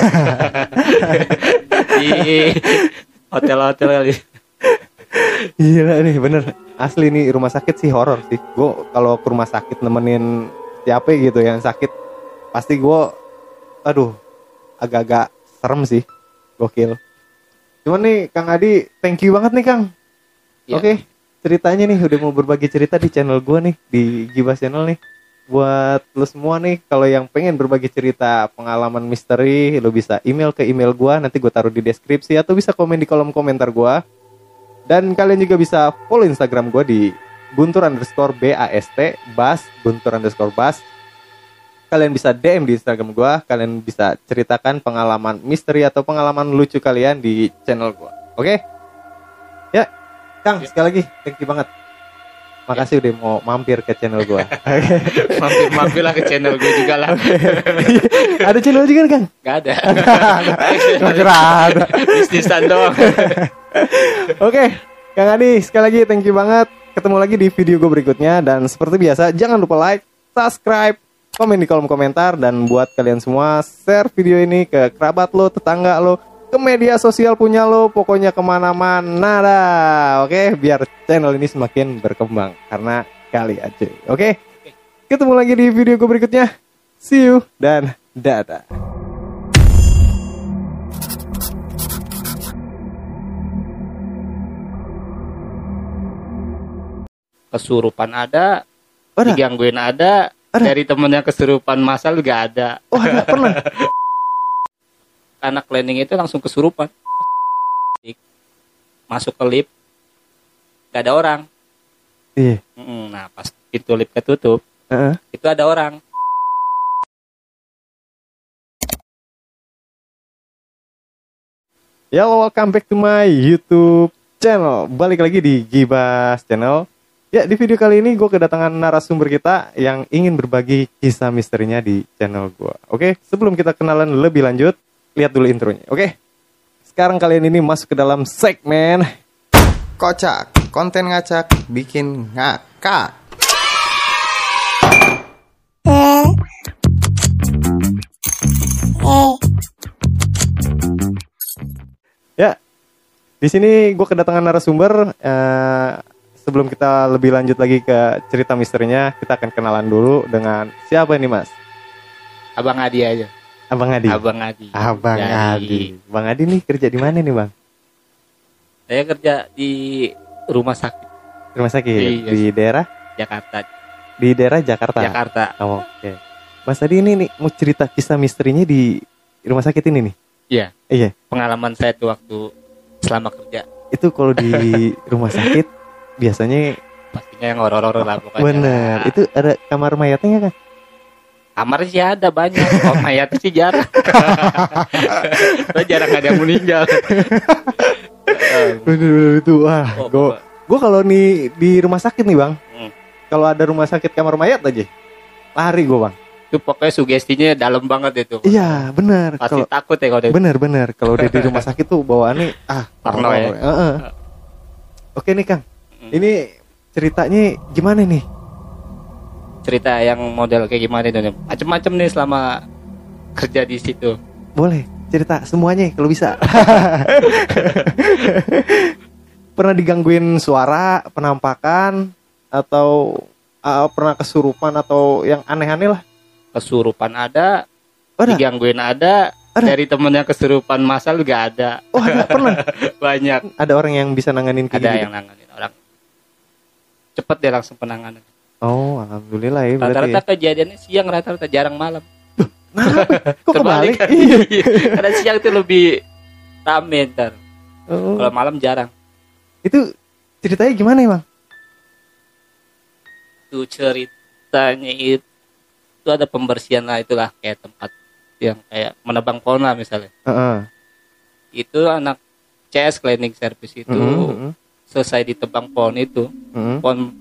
Di hotel-hotel kali. Iya nih bener. Asli nih rumah sakit sih horor sih. Gue kalau ke rumah sakit nemenin siapa gitu yang sakit, pasti gue agak-agak serem sih. Gokil. Cuman nih Kang Adi, thank you banget nih Kang. Ya. Oke, ceritanya nih udah mau berbagi cerita di channel gue nih, di Gibas Channel nih. Buat lo semua nih, kalau yang pengen berbagi cerita pengalaman misteri, lo bisa email ke email gue, nanti gue taruh di deskripsi, atau bisa komen di kolom komentar gue. Dan kalian juga bisa follow Instagram gue di guntur_bast, bas, guntur_bas. Kalian bisa DM di Instagram gue, kalian bisa ceritakan pengalaman misteri atau pengalaman lucu kalian di channel gue. Oke? Ya, Kang, sekali lagi thank you banget. Makasih udah mau mampir ke channel gue. Mampir lah ke channel gue juga lah. Ada channel juga Kang? Gak ada. Ada. Bisnisan doang. Oke, Kang Adi, sekali lagi thank you banget. Ketemu lagi di video gue berikutnya. Dan seperti biasa, jangan lupa like, subscribe, komen di kolom komentar. Dan buat kalian semua, share video ini ke kerabat lo, tetangga lo, ke media sosial punya lo, pokoknya kemana-mana dah. Oke, biar channel ini semakin berkembang karena kalian cuy. Oke, ketemu lagi di video gue berikutnya. See you dan dadah. Kesurupan ada, digangguin ada, Dari temennya kesurupan masal juga ada. Oh, ada pernah. Anak cleaning itu langsung kesurupan. Masuk ke lift, gak ada orang. Iya. Nah, pas pintu lift ketutup, itu ada orang. Ya, welcome back to my YouTube channel. Balik lagi di Gibas Channel. Ya, di video kali ini gue kedatangan narasumber kita yang ingin berbagi kisah misterinya di channel gue. Oke, sebelum kita kenalan lebih lanjut, lihat dulu intronya. Oke, sekarang kalian ini masuk ke dalam segmen Kocak, konten ngacak, bikin ngakak. Ya, di sini gue kedatangan narasumber. Sebelum kita lebih lanjut lagi ke cerita misterinya, kita akan kenalan dulu dengan siapa ini, Mas? Abang Adi aja. Abang Adi. Abang Adi. Abang Adi. Bang Adi nih kerja di mana nih, Bang? Saya kerja di rumah sakit. Rumah sakit Iya. di daerah Jakarta. Di daerah Jakarta. Jakarta. Oh, oke. Mas Adi ini nih mau cerita kisah misterinya di rumah sakit ini nih. Iya. Iya. Pengalaman saya tuh waktu selama kerja. Itu kalau di rumah sakit biasanya Pastinya yang horor-horor lah pokoknya. bener. Itu ada kamar mayatnya nggak, kan? Kamar sih ada banyak. Kalau mayat sih jarang. Jarang ada yang meninggal. Bener itu. Wah, gue kalau nih di rumah sakit nih, Bang. Kalau ada rumah sakit kamar mayat aja, lari gue, Bang. Itu pokoknya sugestinya dalam banget itu. Iya, bener. Pasti Kalau takut ya kalau bener. Kalau udah di rumah sakit tuh bawaannya Parno ya. Oke nih, Kang. Ini ceritanya gimana nih? cerita yang model kayak gimana itu? Macem-macem nih selama kerja di situ. Boleh cerita semuanya kalau bisa. Pernah digangguin suara, penampakan, atau pernah kesurupan atau yang aneh-aneh lah? Kesurupan ada, Ada? digangguin ada. Dari temennya kesurupan masal juga ada. Oh, ada, pernah. Banyak. Ada orang yang bisa nanganin kayak Ada gitu? yang nanganin orang. Cepet deh langsung penanganan. Oh, alhamdulillah ya berarti. Rata-rata kejadiannya siang, rata-rata jarang malam. Nah, kok kebalik? Kan? Iya. Karena siang itu lebih rame ntar. Oh. Kalau malam jarang. Itu ceritanya gimana ya, Bang? Itu ceritanya itu ada pembersihan lah, itulah kayak tempat yang kayak menebang pohon lah misalnya. Itu anak CS cleaning service itu selesai ditebang pohon itu, pohon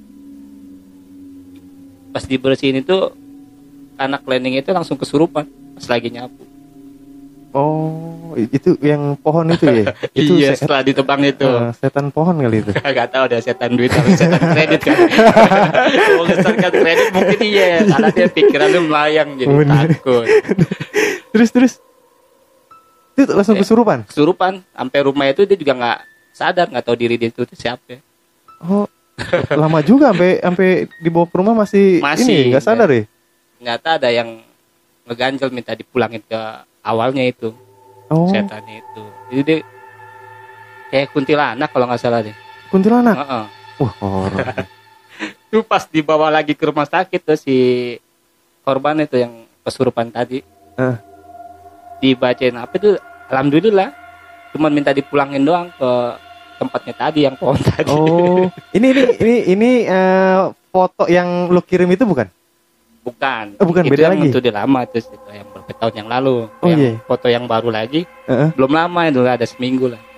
pas dibersihin itu anak cleaning itu langsung kesurupan pas lagi nyapu. Oh, itu yang pohon itu ya? Itu Iya, setelah ditebang itu. Setan pohon kali itu. Gak tahu ada setan duit atau setan kredit kan. Kalau ngesarkan kredit mungkin iya, karena dia pikirannya melayang jadi takut. Terus itu langsung kesurupan? Kesurupan sampai rumah itu dia juga nggak sadar, nggak tahu diri dia itu siapa. Oh, lama juga sampai dibawa ke rumah masih ini nggak sadar ya? Ternyata ada yang ngeganjel minta dipulangin ke awalnya itu. Setannya itu. Jadi dia kayak kuntilanak kalau nggak salah deh. Kuntilanak? Wah, horor. Itu pas dibawa lagi ke rumah sakit tuh si korban itu yang kesurupan tadi. Dibacain apa itu, alhamdulillah cuman minta dipulangin doang ke tempatnya tadi yang pohon tadi. Oh, ini foto yang lu kirim itu bukan? Bukan. Bukan, itu beda yang lagi. Itu udah lama tuh, itu yang beberapa tahun yang lalu. Oh, yang iya. foto yang baru lagi belum lama itu, ada seminggu lah.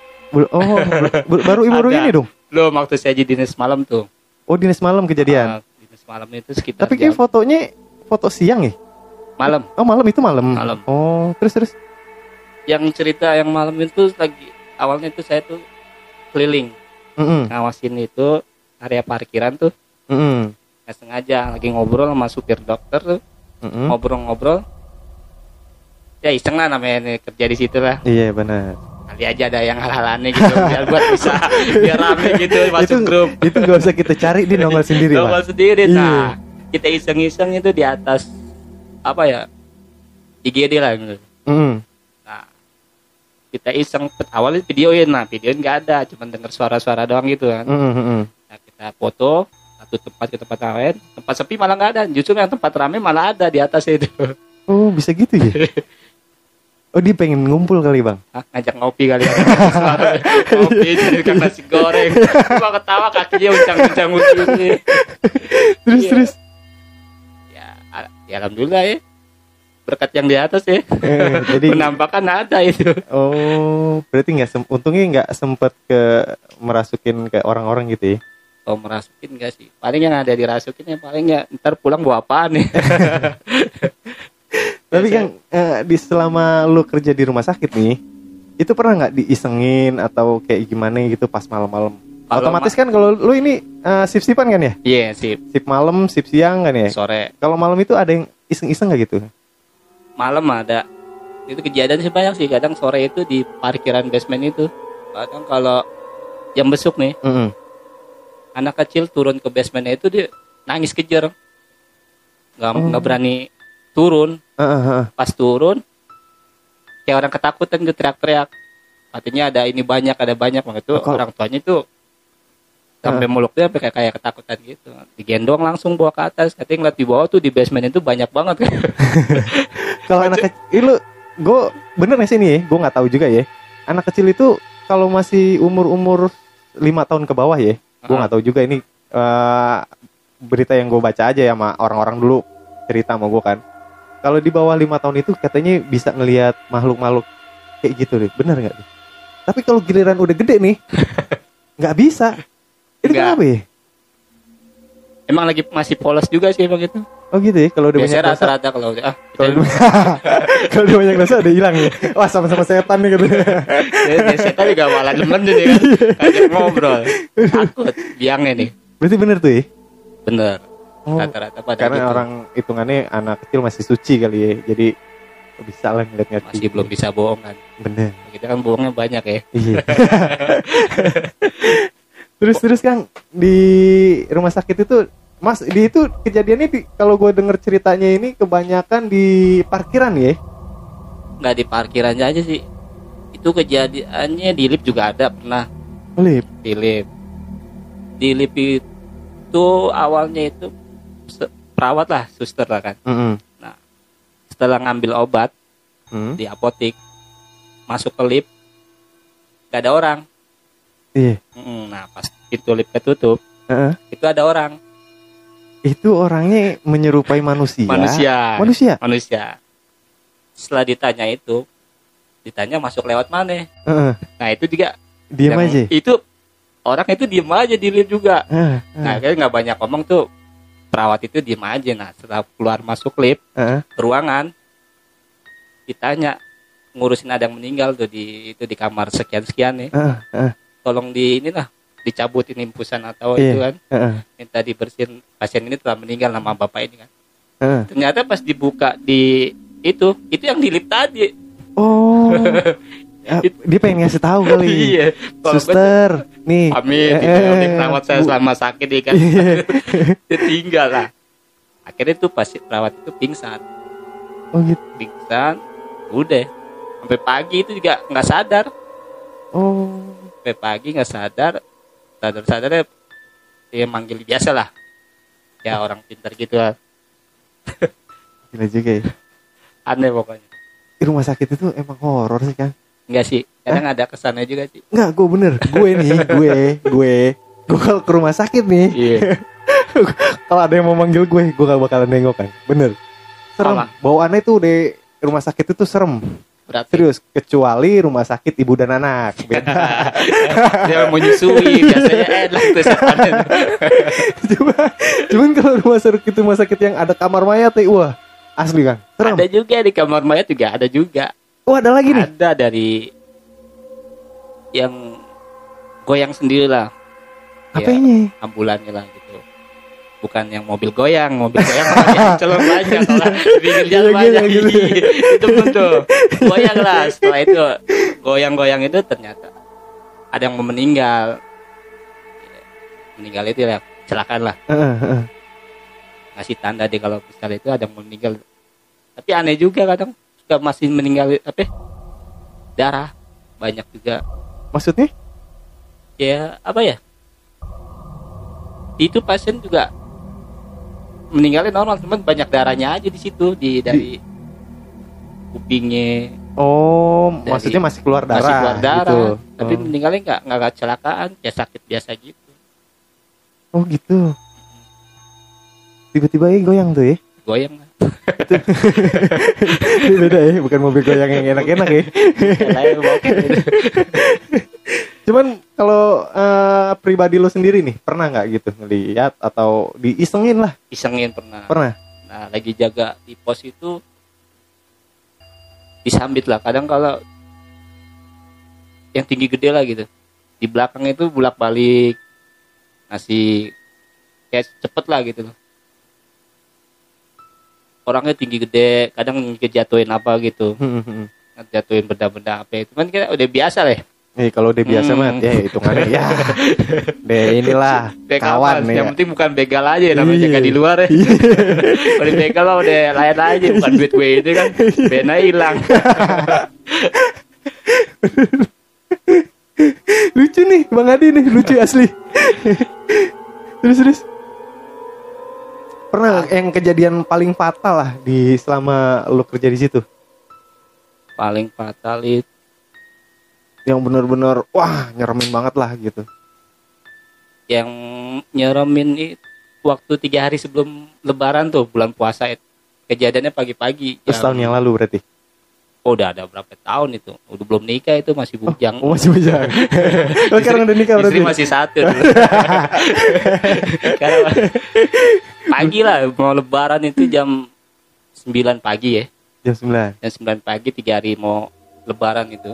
Baru ini dong. Belum, waktu saya jadi dinas malam tuh. Oh, dinas malam kejadian. Dinas malam itu sekitar Tapi kayak fotonya foto siang ya? malam. Oh, malam itu malam. Malam. Oh, terus. Yang cerita yang malam itu lagi awalnya itu saya tuh keliling ngawasin itu area parkiran tuh. Nggak sengaja lagi ngobrol sama supir dokter tuh. Ngobrol-ngobrol. Ya iseng lah namanya nih, kerja di situ lah. Iya, benar. Kali aja ada yang hal-hal aneh gitu biar buat bisa biar rame gitu masuk grup. Itu gak usah kita cari, di nongol sendiri lah. Nongol sendiri. Iya. Nah, kita iseng-iseng itu di atas apa ya? IGD lah gitu. Nah, kita iseng awalnya videoin nggak ada, cuma dengar suara-suara doang gitu kan. Nah, kita foto satu tempat ke tempat lain, tempat sepi malah nggak ada, justru yang tempat ramai malah ada di atas itu. Oh bisa gitu ya. Oh dia pengen ngumpul kali bang. Ngajak ngopi kali ya. Ngopi jadi nasi goreng. Gua ketawa kakinya uncang-uncang begini. Terus. Ya alhamdulillah ya. Berkat yang di atas ya. Jadi penampakan ada itu. Oh berarti untungnya nggak sempet merasukin ke orang-orang gitu ya. Oh merasukin nggak sih? Paling yang ada dirasukin ya paling ya ntar pulang bawa apaan nih. Tapi kan selama lu kerja di rumah sakit nih, itu pernah nggak diisengin atau kayak gimana gitu pas malam-malam? Otomatis kan kalau lu ini shift-shiftan kan ya? Iya shift. Shift malam, shift siang kan ya? Sore. Kalau malam itu ada yang iseng-iseng nggak gitu? Malam ada. Itu kejadian sih banyak sih. Kadang sore itu di parkiran basement itu. Kadang kalau jam besuk nih, anak kecil turun ke basement itu dia nangis kejer, nggak berani turun. Pas turun kayak orang ketakutan gitu, teriak-teriak artinya ada banyak itu orang tuanya itu sampai mulutnya sampai kayak ketakutan gitu, digendong langsung bawa ke atas, katanya ngeliat di bawah tuh di basement itu banyak banget. Kalau anak kecil gue bener nggak sih nih ya, gue nggak tahu juga ya, anak kecil itu kalau masih umur 5 tahun ke bawah ya, gue nggak tahu juga ini berita yang gue baca aja ya sama orang-orang dulu cerita sama gue kan. Kalau di bawah 5 tahun itu katanya bisa ngelihat makhluk-makhluk kayak gitu deh. Bener gak tuh? Tapi kalau giliran udah gede nih gak bisa. Itu kenapa ya? Emang lagi masih polos juga sih emang itu. Oh gitu ya? Kalau udah biasanya banyak dosa, rata-rata kalau udah kalau udah banyak dosa udah hilang ya. Wah sama-sama setan nih gitu. Setan juga malah demen nih kan. Ajak ngobrol. Takut biangnya nih. Berarti bener tuh ya? Bener. Oh, rata-rata pada karena gitu. Orang hitungannya anak kecil masih suci kali ya, jadi bisa lah ngeliat-ngeliat masih belum bisa bohong kan. Bener. Kita kan bohongnya banyak ya. Iya. terus kan di rumah sakit itu mas itu kejadiannya kalau gue denger ceritanya ini kebanyakan di parkiran ya? Nggak di parkiran aja sih, itu kejadiannya di lift juga ada pernah. Lift? Di lift itu awalnya itu perawat lah, suster lah kan. Nah, setelah ngambil obat di apotik, masuk ke lift, gak ada orang. Iya. Nah, pas pintu lift ketutup, itu ada orang. Itu orangnya menyerupai manusia. Manusia. Setelah ditanya masuk lewat mana? Nah, itu juga diam aja. Itu orang itu diem aja di lift juga. Nah, kayak nggak banyak ngomong tuh. Perawat itu diem aja. Nah, setelah keluar masuk lift ke ruangan, ditanya ngurusin ada yang meninggal tuh di kamar sekian nih. Tolong dicabutin impusan atau itu kan. Minta dibersihin, pasien ini telah meninggal nama bapak ini kan. Ternyata pas dibuka itu yang di lift tadi. Oh. Dia pengen ngasih tahu kali. Iya. Suster, nih. Amin. Perawat saya selama sakit ya kan. Dia tinggal lah. Akhirnya tuh pas perawat itu pingsan. Oh gitu. Pingsan. Udah. Sampai pagi itu juga nggak sadar. Oh. Sampai pagi nggak sadar. Sadarnya dia manggil biasa lah. Ya orang pintar gitu lah. Gila juga ya. Aneh pokoknya. Di rumah sakit itu emang horor sih kan? Enggak sih, kadang ada kesannya juga sih. Enggak, gue bener. Gue kalau ke rumah sakit nih. Iya. Kalau ada yang mau manggil gue gak bakalan nengok kan. Bener. Serem. Bawaannya tuh di rumah sakit itu serem. Berarti. Serius, kecuali rumah sakit ibu dan anak. Beda. Dia mau nyusui, biasanya enak tuh. Cuman kalau rumah sakit yang ada kamar mayat, wah asli kan. Serem. Ada juga di kamar mayat juga ada juga. Oh ada lagi nih? Ada dari yang goyang sendiri lah. Apanya? Ya, ambulannya lah gitu. Bukan yang mobil goyang yang celok banyak lah. Pinggir jalan banyak. Itu betul. Goyang lah. Setelah itu goyang-goyang itu ternyata ada yang mau meninggal. Meninggal itu ya kecelakaan lah. Ngasih tanda deh kalau misalnya itu ada yang mau meninggal. Tapi aneh juga kadang masih meninggal darah banyak juga. Maksudnya? Ya apa ya? Itu pasien juga meninggalnya normal, cuman banyak darahnya aja di situ dari kupingnya. Oh, maksudnya masih keluar darah. Masih keluar darah, gitu. tapi meninggalnya nggak kecelakaan, ya sakit biasa gitu. Oh gitu. Tiba-tiba goyang tuh ya? Goyang. Beda ya, bukan mobil goyang yang enak-enak ya. Cuman kalau pribadi lo sendiri nih, pernah nggak gitu ngeliat atau diisengin lah? Isengin pernah. Pernah. Nah, lagi jaga di pos itu disambit lah. Kadang kalau yang tinggi gede lah gitu, di belakang itu bolak-balik ngasih kayak cepet lah gitu loh. Orangnya tinggi gede, kadang ngejatuhin apa gitu, ngejatuhin benda-benda apa itu kan kita udah biasa lah. Kalau udah biasa mah ya hitungannya ya. Deh inilah kawan nih. Yang penting bukan begal aja namanya jaga di luar ya. Kalau begal mah udah lain aja, bukan duit gue itu kan. Bena hilang. Lucu nih Bang Adi nih, lucu asli. Terus pernah yang kejadian paling fatal lah di selama lu kerja di situ? Paling fatal itu yang benar-benar wah nyeremin banget lah gitu. Yang nyeremin itu waktu 3 hari sebelum Lebaran tuh, bulan puasa itu. Kejadiannya pagi-pagi. Terus tahun yang lalu berarti? Oh, udah ada berapa tahun itu? Udah belum nikah itu, masih bujang. Oh, masih bujang. Sekarang udah nikah berarti? Istri masih 1 dulu. Karena pagi lah, mau Lebaran itu jam 9 pagi ya. Jam 9? Jam 9 pagi, 3 hari mau Lebaran itu.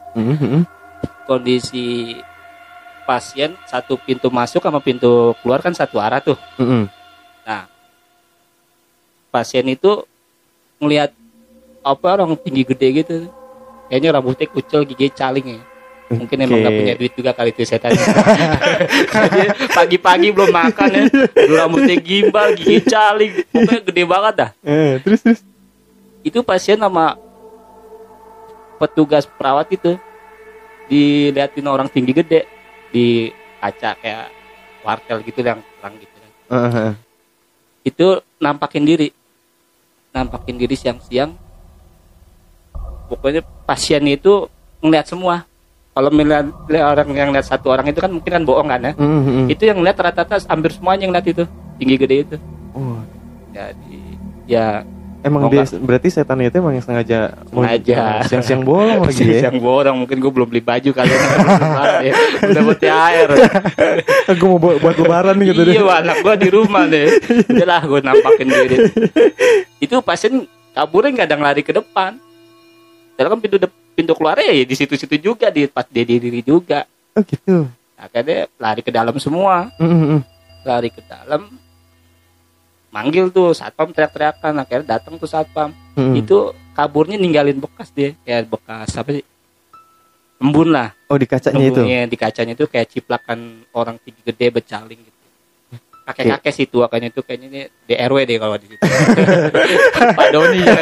Kondisi pasien satu pintu masuk sama pintu keluar kan satu arah tuh. Nah, pasien itu ngelihat apa orang tinggi gede gitu, kayaknya rambutnya kucel, gigi caling ya. Mungkin emang gak punya duit juga kali itu setan. Jadi pagi-pagi belum makan ya, rambutnya gimbal, gigi caling, pokoknya gede banget dah. Terus itu pasien sama petugas perawat itu diliatin orang tinggi gede di kaca kayak wartel gitu yang terang gitu kan. Itu nampakin diri siang-siang. Pokoknya pasien itu ngeliat semua. Kalau melihat orang yang lihat satu orang itu kan mungkin kan bohong kan ya. Itu yang lihat rata-rata hampir semuanya yang lihat itu tinggi gede itu. Oh. Jadi ya emang dia berarti setan itu emang sengaja siang-siang bolong lagi ya. Siang bolong, mungkin gue belum beli baju kali ya. Udah buat THR. Gue mau buat lebaran nih gitu deh. Iya, anak gue di rumah deh. Udahlah gue nampakin diri. Itu pasien kaburnya enggak ada lari ke depan. Padahal kan pintu keluarnya ya di situ-situ juga, di pas dia diri juga. Oh gitu. Akhirnya lari ke dalam semua. Lari ke dalam. Manggil tuh satpam, teriak-teriakan. Akhirnya datang tuh satpam. Itu kaburnya ninggalin bekas dia, kayak bekas apa sih, embun lah. Oh, di kacanya itu. Di kacanya itu kayak ciplakan orang tinggi gede becaling gitu. Kakek-kakek sih tua kayaknya itu, kayaknya ini DRW deh kalau di situ. Pak Doni ya.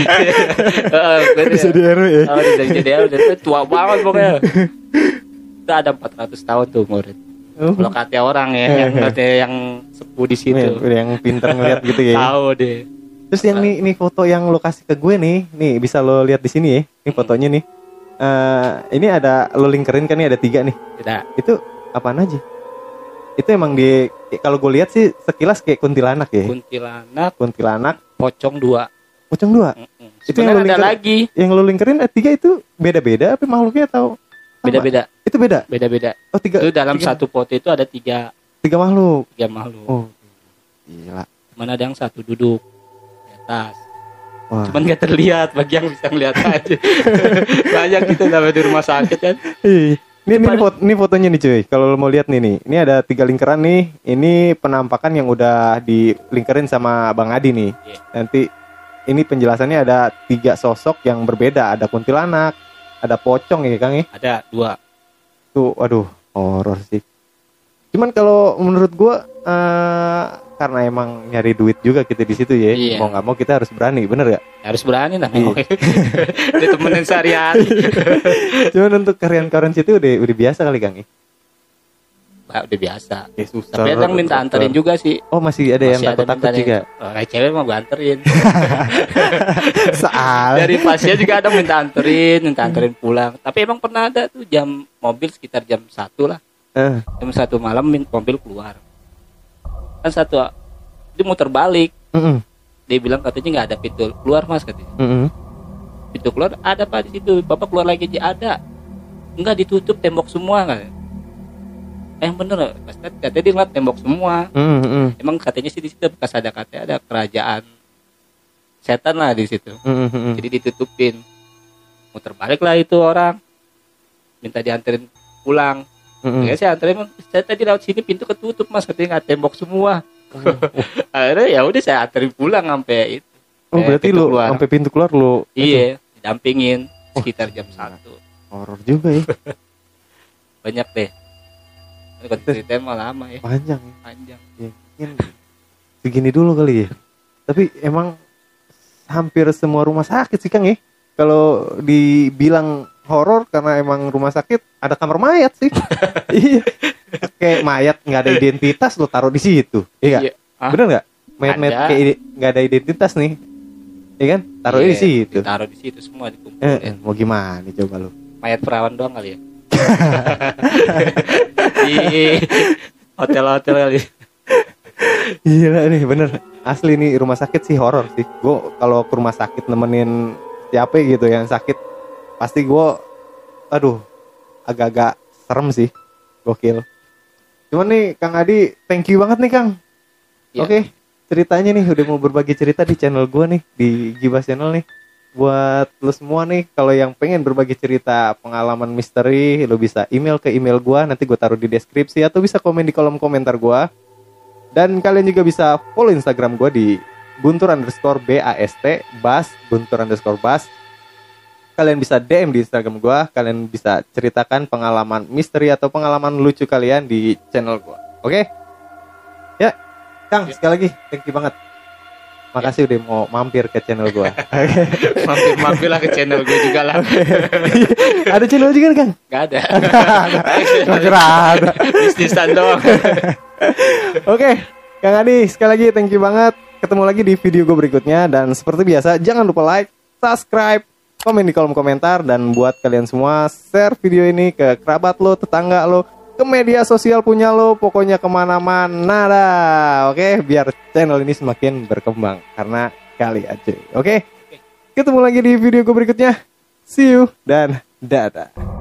Bisa DRW ya. Oh, bisa DRW, tua banget pokoknya. Itu ada 400 tahun tuh murid. Kalau kata orang ya, yang sepuh di situ, yang pintar ngeliat gitu ya. Tahu deh. Terus yang nih foto yang lo kasih ke gue nih bisa lo lihat di sini ya. Ini fotonya nih. Ini ada lo linkerin kan nih, ada 3 nih. Tidak. Itu apaan aja? Itu emang kalau gue lihat sih sekilas kayak kuntilanak ya. Kuntilanak. Pocong 2. Itu yang lo linkerin, lagi. Yang lo linkerin 3 itu beda-beda apa makhluknya atau? Beda-beda. Itu beda. Oh, 3. Itu dalam 3. Satu foto itu ada 3 makhluk. 3 makhluk. Oh, gila. Mana ada yang satu duduk di atas. Wah. Cuman gak terlihat, bagi yang bisa ngeliat aja. Banyak gitu sampai di rumah sakit kan. Ini fotonya nih cuy. Kalau lo mau lihat nih. Ini ada 3 lingkaran nih. Ini penampakan yang udah dilingkarin sama Bang Adi nih. Yeah. Nanti ini penjelasannya ada 3 sosok yang berbeda. Ada kuntilanak, ada pocong ya Kang ya? Ada 2. Tuh, aduh, horor sih. Cuman kalau menurut gua karena emang nyari duit juga kita di situ ya. Iya. Mau nggak mau kita harus berani, bener gak? Harus berani lah. Ditemenin sehari-hari. Cuman untuk karyawan-karyawan situ udah biasa kali Kang. udah biasa. susah. Tapi kadang minta anterin juga sih. Oh masih ada yang takut-takut juga. Kayak cewek mau gue anterin. Soal Dari pasien juga ada minta anterin pulang. Tapi emang pernah ada tuh jam mobil sekitar jam 1 lah. Jam 1 malam mobil keluar. Kan dia muter balik. Dia bilang katanya nggak ada pintu keluar mas katanya. Pintu keluar ada pak di situ. Bapak keluar lagi aja ada. Enggak ditutup tembok semua kan. Yang bener, katanya dia ngeliat tembok semua. Emang katanya sih di situ bekas katanya ada kerajaan setan lah di situ. Jadi ditutupin. Muter balik lah itu orang. Minta dianterin pulang. Ya saya anterin, saya tadi lewat sini pintu ketutup mas, katanya nggak tembok semua. Akhirnya ya udah saya anterin pulang sampai itu. Oh berarti lu sampai pintu keluar lu? Iya, didampingin sekitar jam 1. Horor juga ya. Banyak deh. Kalau ceritanya mah lama ya. Panjang. Ya, mungkin segini dulu kali ya. Tapi emang hampir semua rumah sakit sih Kang ya. Kalau dibilang horor karena emang rumah sakit ada kamar mayat sih. Iya. Kayak mayat nggak ada identitas lo taruh di situ. Iya. Bener nggak? Mayat kayak nggak ada identitas nih. Iya kan? Taruh di situ. Taruh di situ semua dikumpulin. Mau gimana coba lo? Mayat perawan doang kali ya. Di hotel-hotel kali. Iya nih bener. Asli nih rumah sakit sih horor sih. Gue kalau ke rumah sakit nemenin siapa gitu yang sakit pasti gue agak-agak serem sih. Gokil. Cuman nih Kang Adi thank you banget nih Kang. Ya. Oke, ceritanya nih udah mau berbagi cerita di channel gue nih di Gibas Channel nih. Buat lo semua nih kalau yang pengen berbagi cerita pengalaman misteri, lo bisa email ke email gue, nanti gue taruh di deskripsi atau bisa komen di kolom komentar gue. Dan kalian juga bisa follow Instagram gue di guntur_bast guntur_bas. Kalian bisa DM di Instagram gue, kalian bisa ceritakan pengalaman misteri atau pengalaman lucu kalian di channel gue. Oke? Ya, Kang, sekali lagi thank you banget. Makasih udah mau mampir ke channel gue. Mampir lah ke channel gue juga lah. Ada channel juga Kang? Gak ada. Ada. Bisnisan doang. Oke, Kang Adi sekali lagi thank you banget. Ketemu lagi di video gue berikutnya. Dan seperti biasa jangan lupa like, subscribe, komen di kolom komentar. Dan buat kalian semua share video ini ke kerabat lo, tetangga lo, ke media sosial punya lo, pokoknya kemana-mana dah. Oke, biar channel ini semakin berkembang karena kali aja. Oke, ketemu lagi di video gue berikutnya. See you dan dadah.